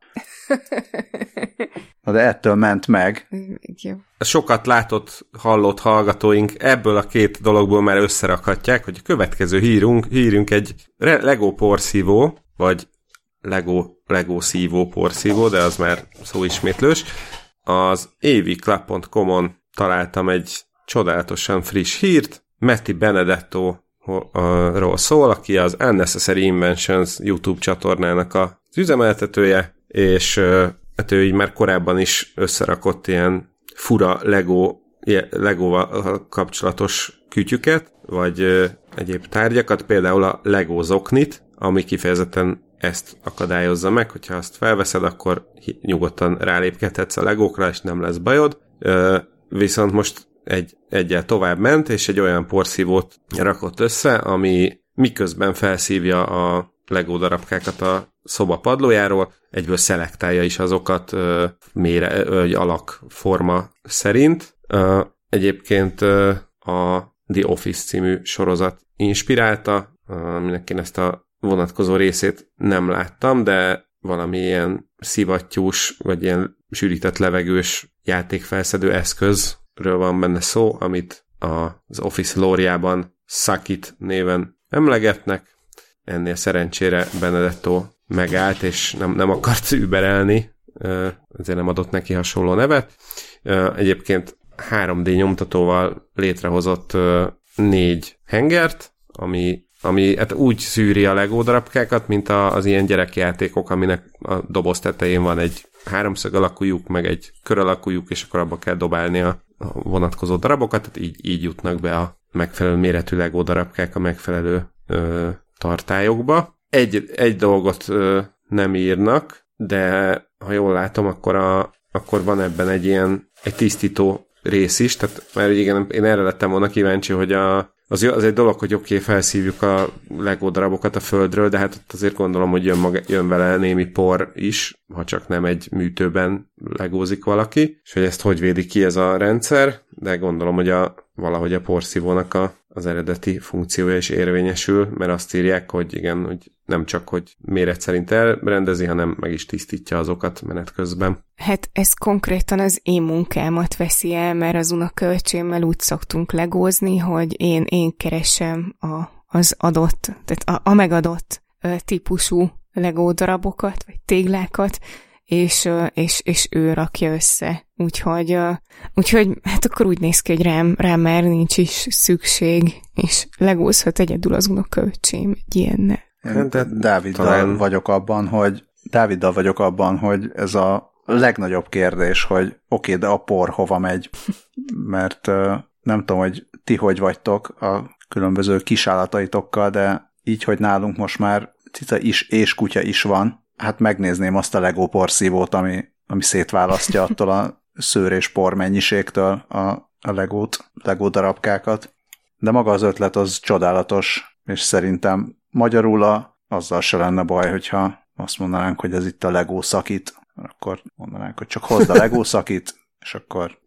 Na de ettől ment meg. Jó. Sokat látott, hallott hallgatóink ebből a két dologból már összerakhatják, hogy a következő hírunk, hírünk egy Lego porszívó, vagy Lego, Lego szívó porszívó, de az már szóismétlős. Az a v club pont com-on találtam egy csodálatosan friss hírt, Matty Benedetto-ról szól, aki az Unnecessary Inventions YouTube csatornának az üzemeltetője, és hát ő így már korábban is összerakott ilyen fura Lego, Legóval kapcsolatos kütyüket, vagy egyéb tárgyakat, például a Lego zoknit, ami kifejezetten ezt akadályozza meg, hogyha azt felveszed, akkor nyugodtan rálépkedhetsz a Legókra, és nem lesz bajod. Viszont most egy, egyel tovább ment, és egy olyan porszívót rakott össze, ami miközben felszívja a Lego darabkákat a szoba padlójáról, egyből szelektálja is azokat uh, mére, vagy alakforma szerint. Uh, egyébként uh, a The Office című sorozat inspirálta, uh, aminek én ezt a vonatkozó részét nem láttam, de valami ilyen szivattyús, vagy ilyen sűrített levegős játékfelszedő eszközről van benne szó, amit az Office lore-jában Suck It néven emlegetnek. Ennél szerencsére Benedetto megállt, és nem, nem akart überelni, ezért nem adott neki hasonló nevet. Egyébként három dé nyomtatóval létrehozott négy hengert, ami, ami hát úgy szűri a Lego darabkákat, mint az ilyen gyerekjátékok, aminek a doboz tetején van egy háromszög alakú lyuk, meg egy kör alakú lyuk, és akkor abba kell dobálni a, a vonatkozó darabokat, tehát így, így jutnak be a megfelelő méretű Lego darabkák a megfelelő ö, tartályokba. Egy, egy dolgot ö, nem írnak, de ha jól látom, akkor, a, akkor van ebben egy ilyen egy tisztító rész is, tehát mert igen, én erre lettem volna kíváncsi, hogy a, az, az egy dolog, hogy oké, okay, felszívjuk a Lego darabokat a földről, de hát ott azért gondolom, hogy jön, maga, jön vele némi por is, ha csak nem egy műtőben legózik valaki, és hogy ezt hogy védi ki ez a rendszer, de gondolom, hogy a, valahogy a porszívónak a, az eredeti funkciója is érvényesül, mert azt írják, hogy igen, hogy nem csak, hogy méret szerint elrendezi, hanem meg is tisztítja azokat menet közben. Hát ez konkrétan az én munkámat veszi el, mert az unokaöcsémmel úgy szoktunk legózni, hogy én, én keresem a, az adott, tehát a, a megadott típusú Lego darabokat, vagy téglákat, és, és, és ő rakja össze. Úgyhogy, úgyhogy hát akkor úgy néz ki, hogy rám, rám már nincs is szükség, és legózhat egyedül az unokaöcsém egy ilyennel. Én Dáviddal talán... vagyok abban, hogy Dáviddal vagyok abban, hogy ez a legnagyobb kérdés, hogy oké, okay, de a por hova megy? Mert nem tudom, hogy ti hogy vagytok a különböző kisállataitokkal, de így, hogy nálunk most már cica is és kutya is van, hát megnézném azt a Lego porszívót, ami, ami szétválasztja attól a szőr és por mennyiségtől a, a Legót, Lego darabkákat. De maga az ötlet az csodálatos, és szerintem magyarul a, azzal se lenne baj, hogyha azt mondanánk, hogy ez itt a Lego szakít, akkor mondanánk, hogy csak hozd a Lego szakít, és akkor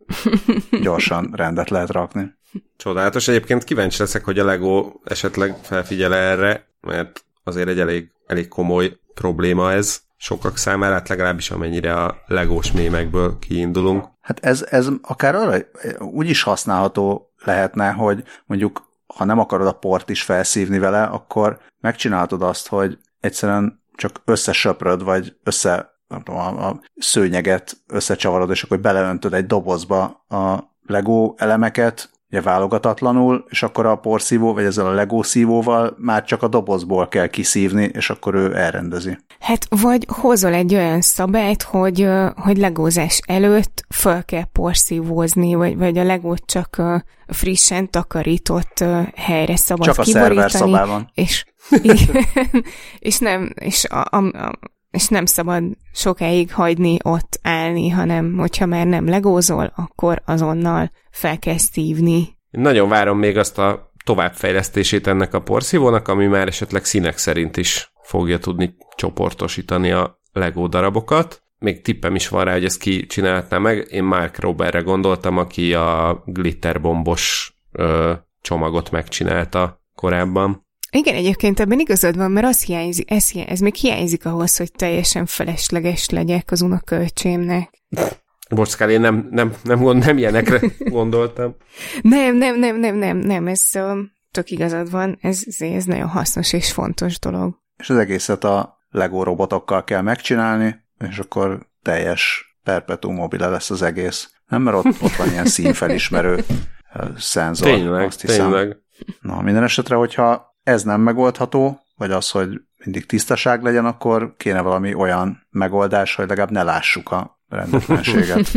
gyorsan rendet lehet rakni. Csodálatos. Egyébként kíváncsi leszek, hogy a Lego esetleg felfigyel erre, mert azért egy elég, elég komoly probléma ez sokak számára, hát legalábbis amennyire a legós mémekből kiindulunk. Hát ez, ez akár arra úgy is használható lehetne, hogy mondjuk ha nem akarod a port is felszívni vele, akkor megcsinálhatod azt, hogy egyszerűen csak összesöpröd, vagy össze, nem tudom, a, a szőnyeget összecsavarod, és akkor beleöntöd egy dobozba a Lego elemeket, ugye válogatatlanul, és akkor a porszívó, vagy ezzel a Lego szívóval már csak a dobozból kell kiszívni, és akkor ő elrendezi. Hát vagy hozol egy olyan szabályt, hogy, hogy legózás előtt föl kell porszívózni, vagy, vagy a Legót csak a frissen takarított helyre szabad csak kiborítani. Csak a szerverszobában. És, és, nem, és, a, a, a, és nem szabad sokáig hagyni ott állni, hanem hogyha már nem legózol, akkor azonnal fel kell szívni. Én nagyon várom még azt a továbbfejlesztését ennek a porszívónak, ami már esetleg színek szerint is fogja tudni csoportosítani a Lego darabokat. Még tippem is van rá, hogy ezt ki csinálhatná meg. Én Mark Roberre gondoltam, aki a glitterbombos ö, csomagot megcsinálta korábban. Igen, egyébként ebben igazad van, mert az hiányzik, ez, hiányzik, ez még hiányzik ahhoz, hogy teljesen felesleges legyek az unokaöcsémnek. Bocskál, én nem, nem, nem, gond, nem ilyenekre gondoltam. Nem, nem, nem, nem, nem, nem, ez uh, tök igazad van, ez, ez nagyon hasznos és fontos dolog. És az egészet a Lego robotokkal kell megcsinálni, és akkor teljes perpetuum mobile lesz az egész. Nem, mert ott, ott van ilyen színfelismerő szenzor. Tényleg, azt hiszem. tényleg. Na, minden esetre, hogyha ez nem megoldható, vagy az, hogy mindig tisztaság legyen, akkor kéne valami olyan megoldás, hogy legalább ne lássuk a rendetlenséget.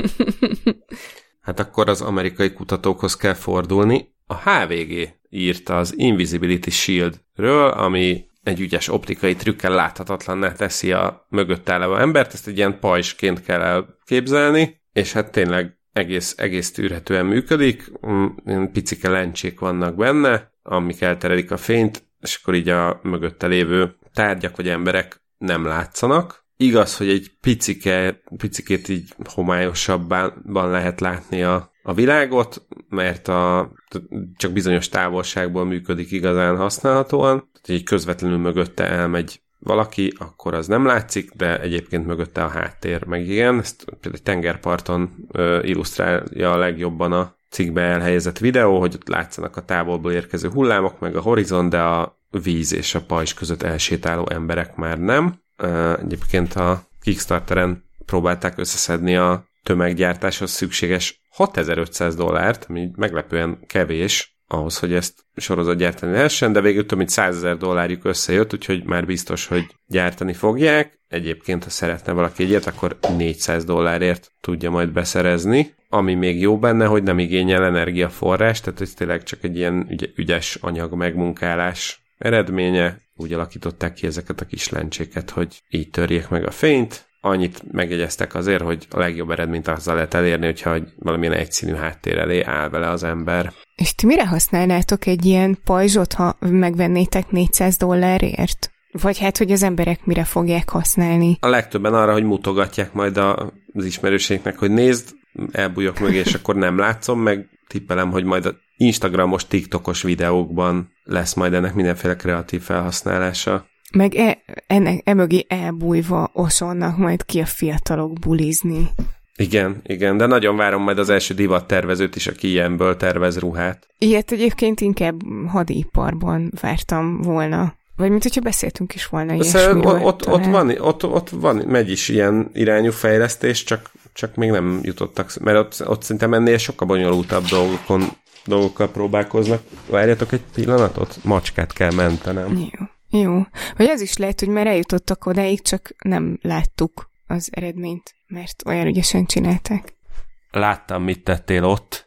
Hát akkor az amerikai kutatókhoz kell fordulni. A há vé gé írta az Invisibility Shield-ről, ami egy ügyes optikai trükkel láthatatlanná teszi a mögött álló embert, ezt egy ilyen pajzsként kell elképzelni, és hát tényleg egész, egész tűrhetően működik, picike lencsék vannak benne, amik elterelik a fényt, és akkor így a mögötte lévő tárgyak vagy emberek nem látszanak. Igaz, hogy egy picike, picikét így homályosabban lehet látni a, a világot, mert a, csak bizonyos távolságból működik igazán használhatóan. Tehát így közvetlenül mögötte elmegy valaki, akkor az nem látszik, de egyébként mögötte a háttér meg igen. Ezt például tengerparton ö, illusztrálja a legjobban a cikkbe elhelyezett videó, hogy ott látszanak a távolból érkező hullámok, meg a horizon, de a víz és a pajzs között elsétáló emberek már nem. Egyébként a Kickstarteren próbálták összeszedni a tömeggyártáshoz szükséges hatezer-ötszáz dollárt, ami meglepően kevés ahhoz, hogy ezt sorozatgyártani lehessen, de végül több mint százezer dollárjuk összejött, úgyhogy már biztos, hogy gyártani fogják. Egyébként, ha szeretne valaki egyet, akkor négyszáz dollárért tudja majd beszerezni. Ami még jó benne, hogy nem igényel energiaforrás, tehát ez tényleg csak egy ilyen ügy- ügyes anyag megmunkálás eredménye. Úgy alakították ki ezeket a kis lencséket, hogy így törjék meg a fényt. Annyit megjegyeztek azért, hogy a legjobb eredményt azzal lehet elérni, hogyha valamilyen egyszínű háttér elé áll vele az ember. És ti mire használnátok egy ilyen pajzsot, ha megvennétek négyszáz dollárért? Vagy hát, hogy az emberek mire fogják használni? A legtöbben arra, hogy mutogatják majd a, az ismerőségnek, hogy nézd, elbújok mögé, és akkor nem látszom, meg tippelem, hogy majd a Instagramos, TikTokos videókban lesz majd ennek mindenféle kreatív felhasználása. Meg e, ennek emögé elbújva osonnak majd ki a fiatalok bulizni. Igen, igen, de nagyon várom majd az első divattervezőt is, aki ilyenből tervez ruhát. Ilyet egyébként inkább hadiparban vártam volna. Vagy mint hogyha beszéltünk is volna ilyesmiről. Ott, ott, ott, van, ott, ott van, megy is ilyen irányú fejlesztés, csak, csak még nem jutottak, mert ott, ott szerintem ennél sokkal bonyolultabb dolgokon, dolgokkal próbálkoznak. Várjatok egy pillanatot, macskát kell mentenem. Jó. Jó. Vagy az is lehet, hogy már eljutottak odáig, csak nem láttuk az eredményt, mert olyan ügyesen csinálták. Láttam, mit tettél ott.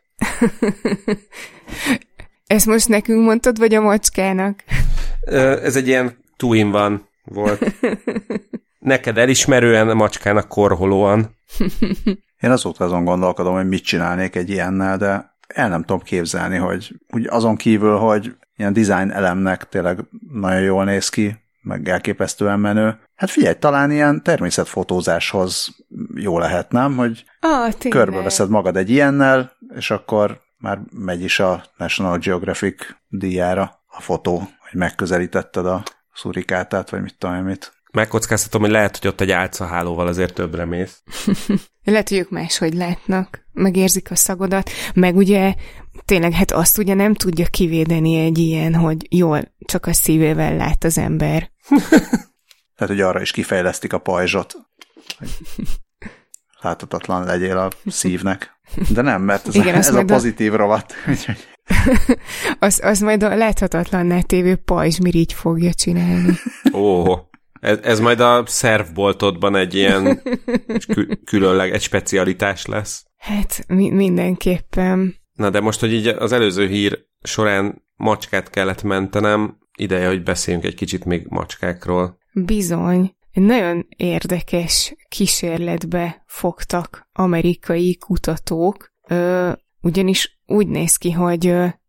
Ezt most nekünk mondtad, vagy a macskának? Ez egy ilyen two-in-one volt. Neked elismerően, a macskának korholóan. Én azóta azon gondolkodom, hogy mit csinálnék egy ilyennel, de el nem tudom képzelni, hogy úgy azon kívül, hogy ilyen design elemnek tényleg nagyon jól néz ki, meg elképesztően menő. Hát figyelj, talán ilyen természetfotózáshoz jó lehet, nem? Hogy ah, körbeveszed magad egy ilyennel, és akkor már megy is a National Geographic díjára a fotó, hogy megközelítetted a szurikátát, vagy mit tudom, mit. Megkockáztatom, hogy lehet, hogy ott egy álcahálóval azért többre mész. Lehet, hogy ők máshogy látnak, megérzik a szagodat, meg ugye tényleg hát azt ugye nem tudja kivédeni egy ilyen, hogy jól csak a szívével lát az ember. Tehát, hogy arra is kifejlesztik a pajzsot, hogy láthatatlan legyél a szívnek. De nem, mert ez, igen, a, ez a pozitív a... rovat. az, az majd a láthatatlanná tévő pajzsmirigy fogja csinálni. Ó, ez, ez majd a szervboltodban egy ilyen kü- különleg, egy specialitás lesz. Hát mi- mindenképpen. Na de most, hogy így az előző hír során macskát kellett mentenem, ideje, hogy beszéljünk egy kicsit még macskákról. Bizony. Egy nagyon érdekes kísérletbe fogtak amerikai kutatók, ö, ugyanis úgy néz ki, hogy ö,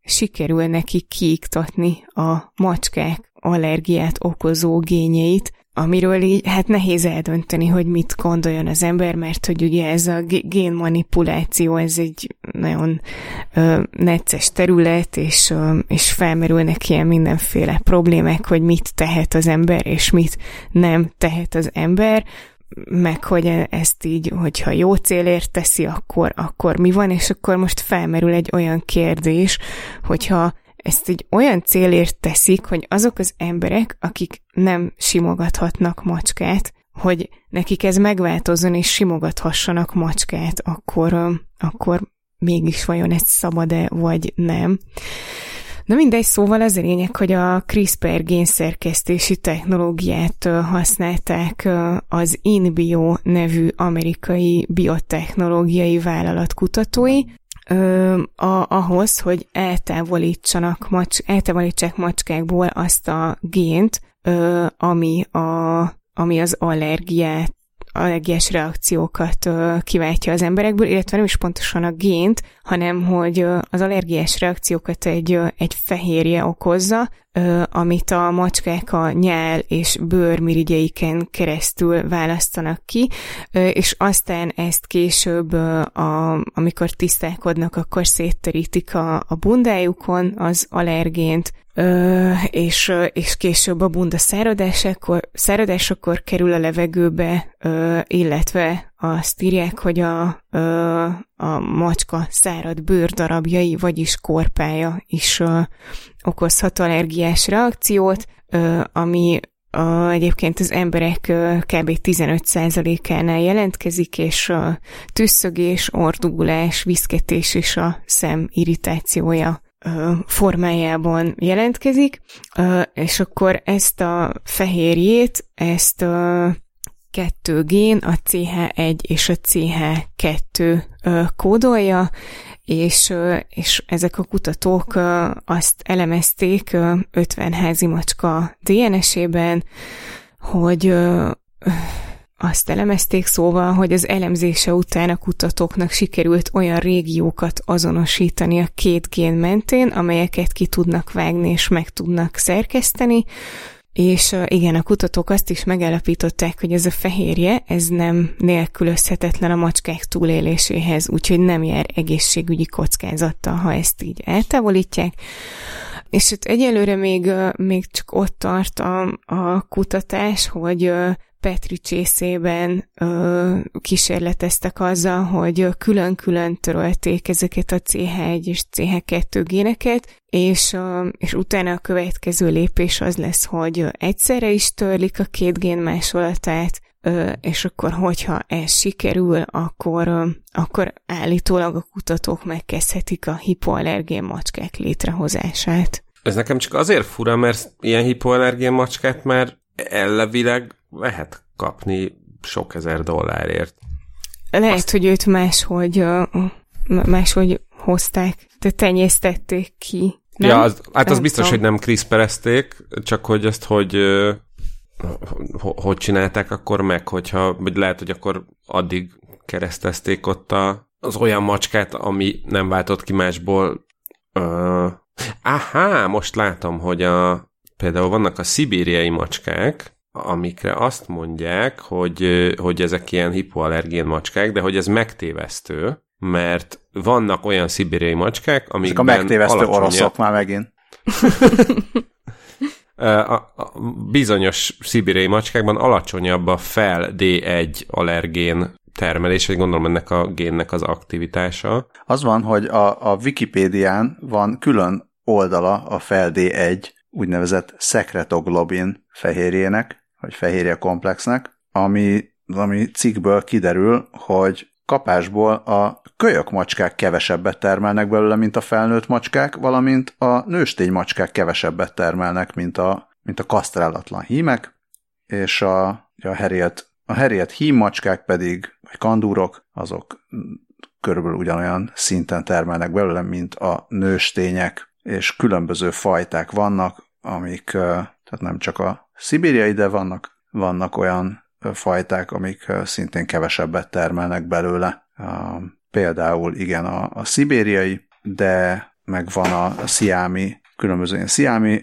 sikerül neki kiiktatni a macskák allergiát okozó génjeit, amiről így hát nehéz eldönteni, hogy mit gondoljon az ember, mert hogy ugye ez a génmanipuláció, ez egy nagyon ö, necces terület, és, ö, és felmerülnek ilyen mindenféle problémák, hogy mit tehet az ember, és mit nem tehet az ember, meg hogy ezt így, hogyha jó célért teszi, akkor, akkor mi van, és akkor most felmerül egy olyan kérdés, hogyha ezt egy olyan célért teszik, hogy azok az emberek, akik nem simogathatnak macskát, hogy nekik ez megváltozzon, és simogathassanak macskát, akkor, akkor mégis vajon ez szabad-e, vagy nem. Na mindegy, szóval az a lényeg, hogy a CRISPR génszerkesztési technológiát használták az InBio nevű amerikai biotechnológiai vállalat kutatói, Ö, a, ahhoz, hogy eltávolítsanak, macs, eltávolítsák macskákból azt a gént, ö, ami, a, ami az allergiát, allergiás reakciókat ö, kiváltja az emberekből, illetve nem is pontosan a gént, hanem hogy ö, az allergiás reakciókat egy, ö, egy fehérje okozza, ö, amit a macskák a nyál és bőrmirigyeiken keresztül választanak ki, ö, és aztán ezt később, ö, a, amikor tisztálkodnak, akkor szétterítik a, a bundájukon az allergént, Ö, és, és később a bunda száradásakor, száradásakor kerül a levegőbe, ö, illetve azt írják, hogy a, ö, a macska szárad bőrdarabjai, vagyis korpája is ö, okozhat allergiás reakciót, ö, ami ö, egyébként az emberek ö, kb. tizenöt százalékánál jelentkezik, és ö, tüsszögés, ordugulás, viszketés és a szem irritációja formájában jelentkezik, és akkor ezt a fehérjét, ezt a kettő gén, a cé há egy és a cé há kettő kódolja, és, és ezek a kutatók azt elemezték ötven házi macska dé en es-ében, hogy azt elemezték, szóval, hogy az elemzése után a kutatóknak sikerült olyan régiókat azonosítani a két gén mentén, amelyeket ki tudnak vágni és meg tudnak szerkeszteni, és igen, a kutatók azt is megállapították, hogy ez a fehérje, ez nem nélkülözhetetlen a macskák túléléséhez, úgyhogy nem jár egészségügyi kockázattal, ha ezt így eltávolítják. És ott egyelőre még, még csak ott tart a, a kutatás, hogy Petri csészében ö, kísérleteztek azzal, hogy külön-külön törölték ezeket a cé há egy és cé há kettő géneket, és, ö, és utána a következő lépés az lesz, hogy egyszerre is törlik a két gén másolatát, ö, és akkor, hogyha ez sikerül, akkor, ö, akkor állítólag a kutatók megkezdhetik a hipoallergén macskák létrehozását. Ez nekem csak azért fura, mert ilyen hipoallergén macskát már elvileg lehet kapni sok ezer dollárért. Lehet, Azt... hogy őt máshogy, máshogy hozták, de tenyésztették ki. Nem? Ja, az, hát az nem biztos, tudom. hogy nem CRISPR-ezték, csak hogy ezt hogy hogy csinálták akkor meg, hogyha, vagy lehet, hogy akkor addig keresztezték ott a, az olyan macskát, ami nem váltott ki másból. Uh, aha, most látom, hogy a, például vannak a szibériai macskák, amikre azt mondják, hogy, hogy ezek ilyen hipoallergén macskák, de hogy ez megtévesztő, mert vannak olyan szibériai macskák, amikben ezek a megtévesztő alacsonyabb... oroszok már megint. a, a bizonyos szibériai macskákban alacsonyabb a fel dé egy allergén termelés, vagy gondolom ennek a génnek az aktivitása. Az van, hogy a, a Wikipédián van külön oldala a fel dé egy úgynevezett szekretoglobin fehérjének, vagy fehérje komplexnek, ami, ami cikkből kiderül, hogy kapásból a kölyök macskák kevesebbet termelnek belőle, mint a felnőtt macskák, valamint a nőstény macskák kevesebbet termelnek, mint a, mint a kasztrálatlan hímek, és a, a herélt, a herélt hím macskák pedig, vagy kandúrok, azok körülbelül ugyanolyan szinten termelnek belőle, mint a nőstények, és különböző fajták vannak, amik, tehát nem csak a szibériai, de vannak, vannak olyan fajták, amik szintén kevesebbet termelnek belőle. Például igen a, a szibériai, de meg van a sziámi, különböző ilyen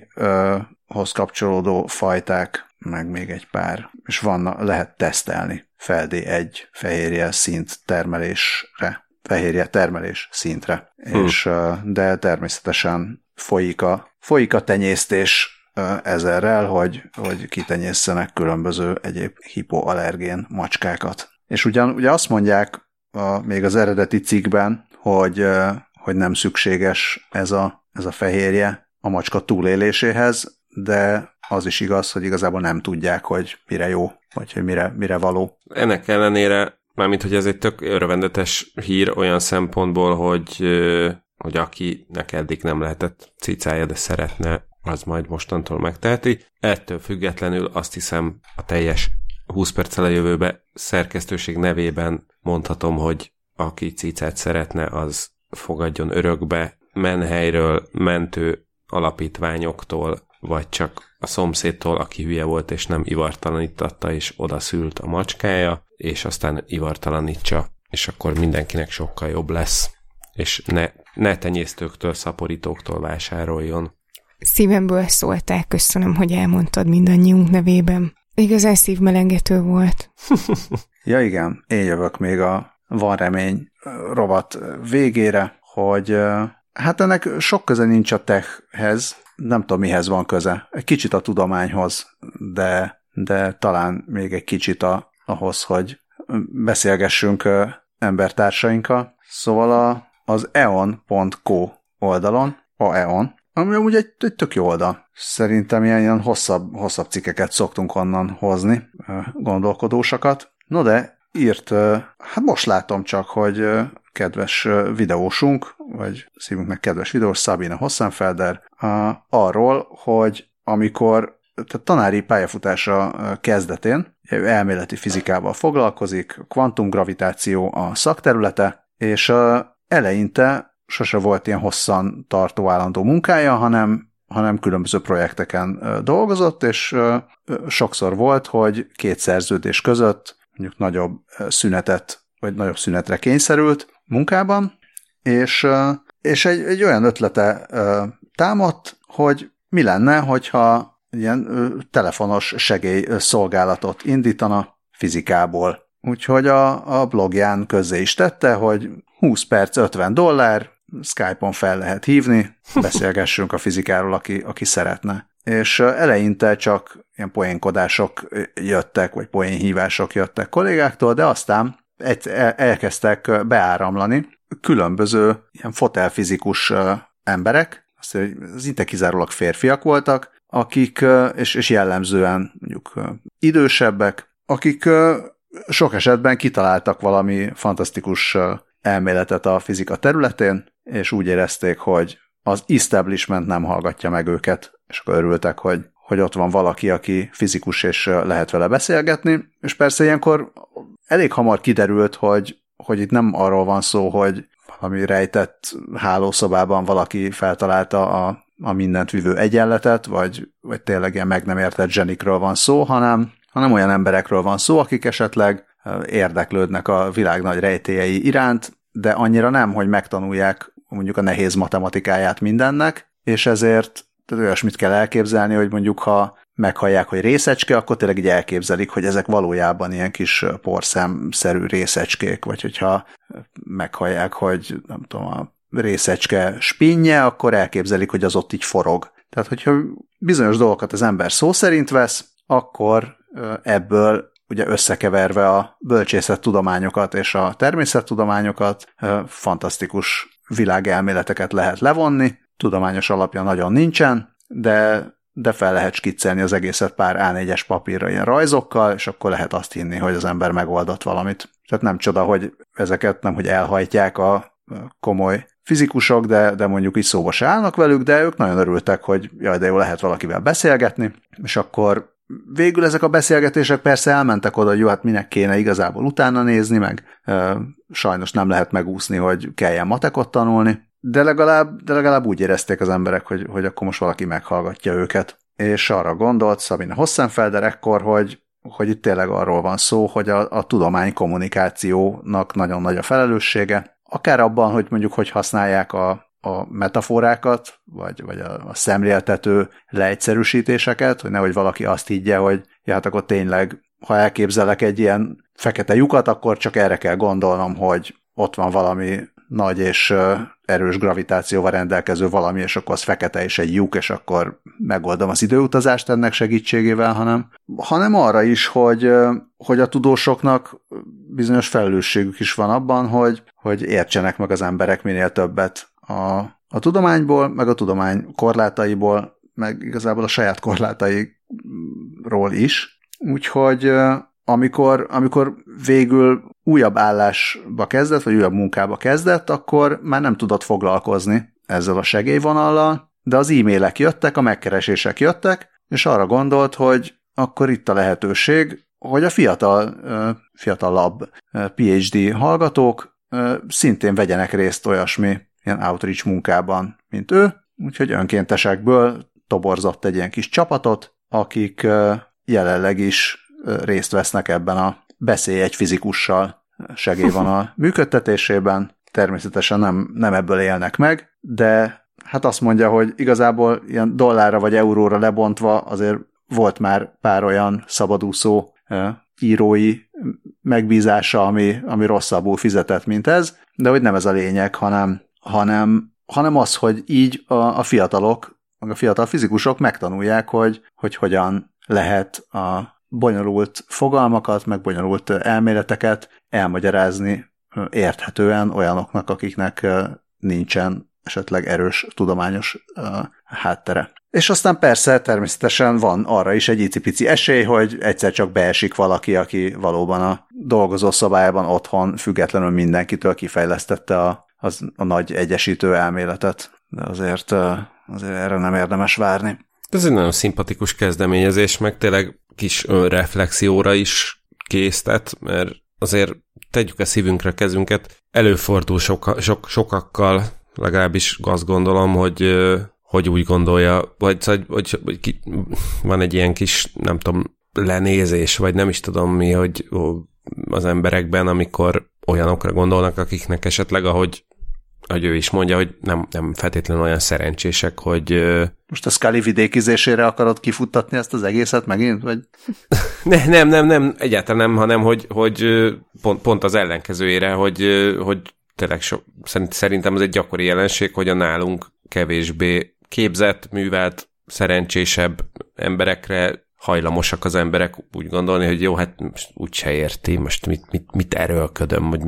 sziámihoz kapcsolódó fajták, meg még egy pár, és van, lehet tesztelni fel dé egy fehérje szint termelésre, fehérje termelés szintre, hmm. és, de természetesen folyik a, folyik a tenyésztés ezerrel, hogy, hogy kitenyésszenek különböző egyéb hipoallergén macskákat. És ugyan ugye azt mondják a, még az eredeti cikkben, hogy, hogy nem szükséges ez a, ez a fehérje a macska túléléséhez, de az is igaz, hogy igazából nem tudják, hogy mire jó, vagy hogy mire, mire való. Ennek ellenére, mármint, hogy ez egy tök örvendetes hír olyan szempontból, hogy, hogy akinek eddig nem lehetett cicája, de szeretne, az majd mostantól megteheti. Ettől függetlenül azt hiszem a teljes húsz perccel a jövőbe szerkesztőség nevében mondhatom, hogy aki cicát szeretne, az fogadjon örökbe menhelyről, mentő alapítványoktól, vagy csak a szomszédtól, aki hülye volt, és nem ivartalanítatta, és odaszült a macskája, és aztán ivartalanítsa, és akkor mindenkinek sokkal jobb lesz, és ne, ne tenyésztőktől, szaporítóktól vásároljon. Szívemből szóltál, köszönöm, hogy elmondtad mindannyiunk nevében. Igazán szívmelengető volt. Ja igen, én jövök még a Van Remény rovat végére, hogy hát ennek sok köze nincs a techhez, nem tudom mihez van köze. Egy kicsit a tudományhoz, de, de talán még egy kicsit a, ahhoz, hogy beszélgessünk embertársainkkal. Szóval a, az eon pont co oldalon, a eon, ami amúgy egy, egy tök jó oldal. Szerintem ilyen, ilyen hosszabb, hosszabb cikkeket szoktunk onnan hozni, gondolkodósakat. No de írt, hát most látom csak, hogy kedves videósunk, vagy szívünknek kedves videós, Sabine Hossenfelder, arról, hogy amikor tehát tanári pályafutása kezdetén elméleti fizikával foglalkozik, kvantumgravitáció a szakterülete, és eleinte sose volt ilyen hosszan tartó állandó munkája, hanem, hanem különböző projekteken dolgozott, és sokszor volt, hogy két szerződés között mondjuk nagyobb szünetet, vagy nagyobb szünetre kényszerült munkában, és, és egy, egy olyan ötlete támadt, hogy mi lenne, hogyha ilyen telefonos segélyszolgálatot indítana fizikából. Úgyhogy a, a blogján közzé is tette, hogy húsz perc, ötven dollár, Skype-on fel lehet hívni, beszélgessünk a fizikáról, aki, aki szeretne. És eleinte csak ilyen poénkodások jöttek, vagy poénhívások jöttek kollégáktól, de aztán elkezdtek beáramlani különböző ilyen fotelfizikus emberek, azt szinte kizárólag férfiak voltak, akik, és, és jellemzően mondjuk idősebbek, akik sok esetben kitaláltak valami fantasztikus elméletet a fizika területén, és úgy érezték, hogy az establishment nem hallgatja meg őket, és akkor örültek, hogy, hogy ott van valaki, aki fizikus, és lehet vele beszélgetni, és persze ilyenkor elég hamar kiderült, hogy, hogy itt nem arról van szó, hogy valami rejtett hálószobában valaki feltalálta a, a mindent vívő egyenletet, vagy, vagy tényleg ilyen meg nem értett zsenikről van szó, hanem, hanem olyan emberekről van szó, akik esetleg érdeklődnek a világ nagy rejtélyei iránt, de annyira nem, hogy megtanulják mondjuk a nehéz matematikáját mindennek, és ezért tehát olyasmit kell elképzelni, hogy mondjuk ha meghallják, hogy részecske, akkor tényleg így elképzelik, hogy ezek valójában ilyen kis porszemszerű részecskék, vagy hogyha meghallják, hogy nem tudom, a részecske spinnje, akkor elképzelik, hogy az ott így forog. Tehát, hogyha bizonyos dolgokat az ember szó szerint vesz, akkor ebből ugye összekeverve a bölcsészettudományokat és a természettudományokat fantasztikus világelméleteket lehet levonni, tudományos alapja nagyon nincsen, de, de fel lehet skiccelni az egészet pár á négyes papírra ilyen rajzokkal, és akkor lehet azt hinni, hogy az ember megoldott valamit. Tehát nem csoda, hogy ezeket nem, hogy elhajtják a komoly fizikusok, de, de mondjuk így szóba se állnak velük, de ők nagyon örültek, hogy jaj, de jó, lehet valakivel beszélgetni, és akkor végül ezek a beszélgetések persze elmentek oda, hogy jó, hát minek kéne igazából utána nézni, meg e, sajnos nem lehet megúszni, hogy kelljen matekot tanulni, de legalább, de legalább úgy érezték az emberek, hogy, hogy akkor most valaki meghallgatja őket. És arra gondolt Sabine Hossenfelder ekkor, hogy, hogy itt tényleg arról van szó, hogy a, a tudomány kommunikációnak nagyon nagy a felelőssége, akár abban, hogy mondjuk hogy használják a, a metaforákat, vagy, vagy a, a szemléltető leegyszerűsítéseket, hogy nehogy valaki azt higgye, hogy ja, hát akkor tényleg, ha elképzelek egy ilyen fekete lyukat, akkor csak erre kell gondolnom, hogy ott van valami nagy és erős gravitációval rendelkező valami, és akkor az fekete és egy lyuk, és akkor megoldom az időutazást ennek segítségével, hanem, hanem arra is, hogy, hogy a tudósoknak bizonyos felelősségük is van abban, hogy, hogy értsenek meg az emberek minél többet a, a tudományból, meg a tudomány korlátaiból, meg igazából a saját korlátairól is. Úgyhogy amikor, amikor végül újabb állásba kezdett, vagy újabb munkába kezdett, akkor már nem tudott foglalkozni ezzel a segélyvonallal, de az e-mailek jöttek, a megkeresések jöttek, és arra gondolt, hogy akkor itt a lehetőség, hogy a fiatal, fiatalabb PhD hallgatók szintén vegyenek részt olyasmi ilyen outreach munkában, mint ő, úgyhogy önkéntesekből toborzott egy ilyen kis csapatot, akik jelenleg is részt vesznek ebben a Beszélj egy fizikussal segélyvonal működtetésében. Természetesen nem, nem ebből élnek meg, de hát azt mondja, hogy igazából ilyen dollárra vagy euróra lebontva azért volt már pár olyan szabadúszó írói megbízása, ami, ami rosszabbul fizetett, mint ez, de hogy nem ez a lényeg, hanem, hanem, hanem az, hogy így a, a fiatalok, meg a fiatal fizikusok megtanulják, hogy, hogy hogyan lehet a bonyolult fogalmakat, meg bonyolult elméleteket elmagyarázni érthetően olyanoknak, akiknek nincsen esetleg erős tudományos háttere. És aztán persze természetesen van arra is egy icipici esély, hogy egyszer csak beesik valaki, aki valóban a dolgozó szobájában otthon függetlenül mindenkitől kifejlesztette a, az, a nagy egyesítő elméletet. De azért, azért erre nem érdemes várni. Ez egy nagyon szimpatikus kezdeményezés, meg tényleg kis önreflexióra is késztet, mert azért tegyük a szívünkre kezünket, előfordul soka, sok, sokakkal, legalábbis azt gondolom, hogy, hogy úgy gondolja, vagy hogy, hogy, hogy ki, van egy ilyen kis, nem tudom, lenézés, vagy nem is tudom mi, hogy az emberekben, amikor olyanokra gondolnak, akiknek esetleg, ahogy hogy ő is mondja, hogy nem, nem feltétlenül olyan szerencsések, hogy... Most a Scully vidékizésére akarod kifuttatni ezt az egészet megint? Vagy? ne, nem, nem, nem, egyáltalán nem, hanem hogy, hogy pont, pont az ellenkezőjére, hogy, hogy tényleg so, szerintem ez egy gyakori jelenség, hogy a nálunk kevésbé képzett, művelt, szerencsésebb emberekre hajlamosak az emberek úgy gondolni, hogy jó, hát úgy se érti, most mit, mit, mit erőlködöm, hogy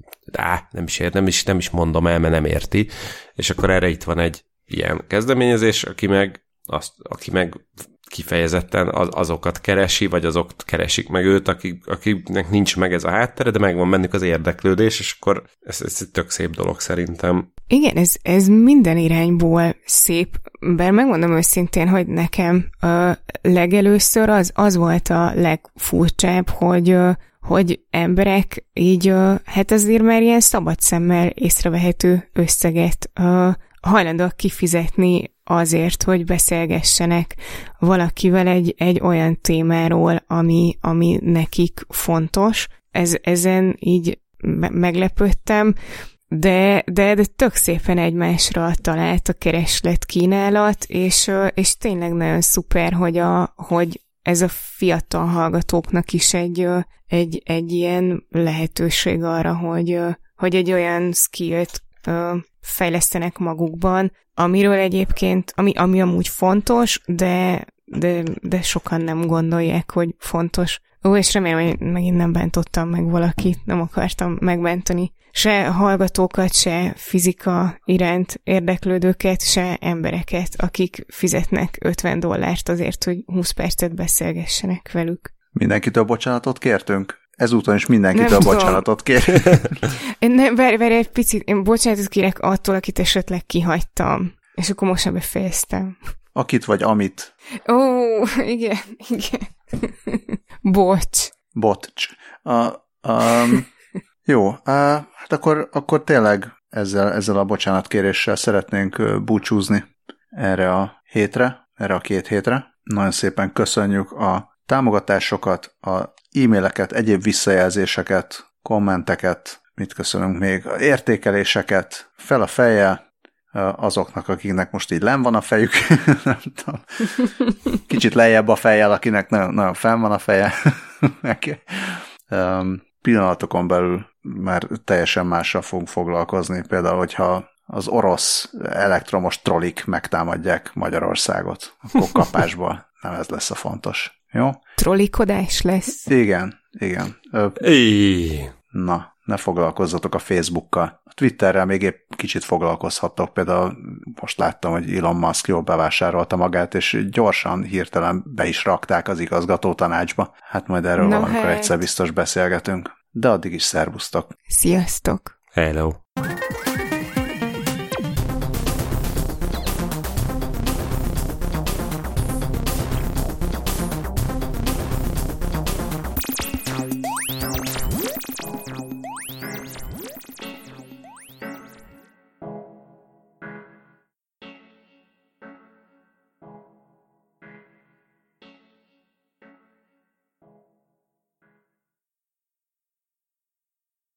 á, nem is ért, nem is, nem is mondom el, mert nem érti, és akkor erre itt van egy ilyen kezdeményezés, aki meg, azt, aki meg kifejezetten az, azokat keresi, vagy azok keresik meg őt, akik, akiknek nincs meg ez a háttere, de megvan bennük az érdeklődés, és akkor ez, ez egy tök szép dolog szerintem. Igen, ez, ez minden irányból szép, bár megmondom őszintén, hogy nekem a legelőször az, az volt a legfurcsább, hogy hogy emberek így, hát azért már ilyen szabad szemmel észrevehető összeget hajlandóak kifizetni azért, hogy beszélgessenek valakivel egy, egy olyan témáról, ami, ami nekik fontos. Ez, ezen így meglepődtem, de, de, de tök szépen egymásra talált a kereslet kínálat, és, és tényleg nagyon szuper, hogy, a, hogy ez a fiatal hallgatóknak is egy, egy, egy ilyen lehetőség arra, hogy, hogy egy olyan skillt fejlesztenek magukban, amiről egyébként, ami, ami amúgy fontos, de, de, de sokan nem gondolják, hogy fontos. Ó, és remélem, hogy megint nem bántottam meg valakit, nem akartam megbántani se hallgatókat, se fizika iránt érdeklődőket, se embereket, akik fizetnek ötven dollárt azért, hogy húsz percet beszélgessenek velük. Mindenkitől bocsánatot kértünk? Ezúton is mindenkitől nem bocsánatot kér. Nem, várj, várj egy picit, én bocsánatot kérek attól, akit esetleg kihagytam. És akkor most sem befejeztem. Akit vagy amit? Ó, igen, igen. Bocs. Bocs. Uh, um, jó, uh, hát akkor, akkor tényleg ezzel, ezzel a bocsánatkéréssel szeretnénk búcsúzni erre a hétre, erre a két hétre. Nagyon szépen köszönjük a támogatásokat, a e-maileket, egyéb visszajelzéseket, kommenteket, mit köszönünk még, értékeléseket, fel a fejjel, azoknak, akiknek most így len van a fejük, nem tudom, kicsit lejjebb a fejjel, akinek nagyon, nagyon fenn van a feje. Pillanatokon belül már teljesen mással fogunk foglalkozni, például, hogyha az orosz elektromos trollik megtámadják Magyarországot, akkor kapásból nem ez lesz a fontos. Jó? Trollikodás lesz. Igen, igen. Éj. Na, ne foglalkozzatok a Facebookkal. A Twitterrel még épp kicsit foglalkozhattok. Például most láttam, hogy Elon Musk jól bevásárolta magát, és gyorsan, hirtelen be is rakták az igazgató tanácsba. Hát majd erről no valamikor hát. egyszer biztos beszélgetünk. De addig is szervusztok. Sziasztok! Hello!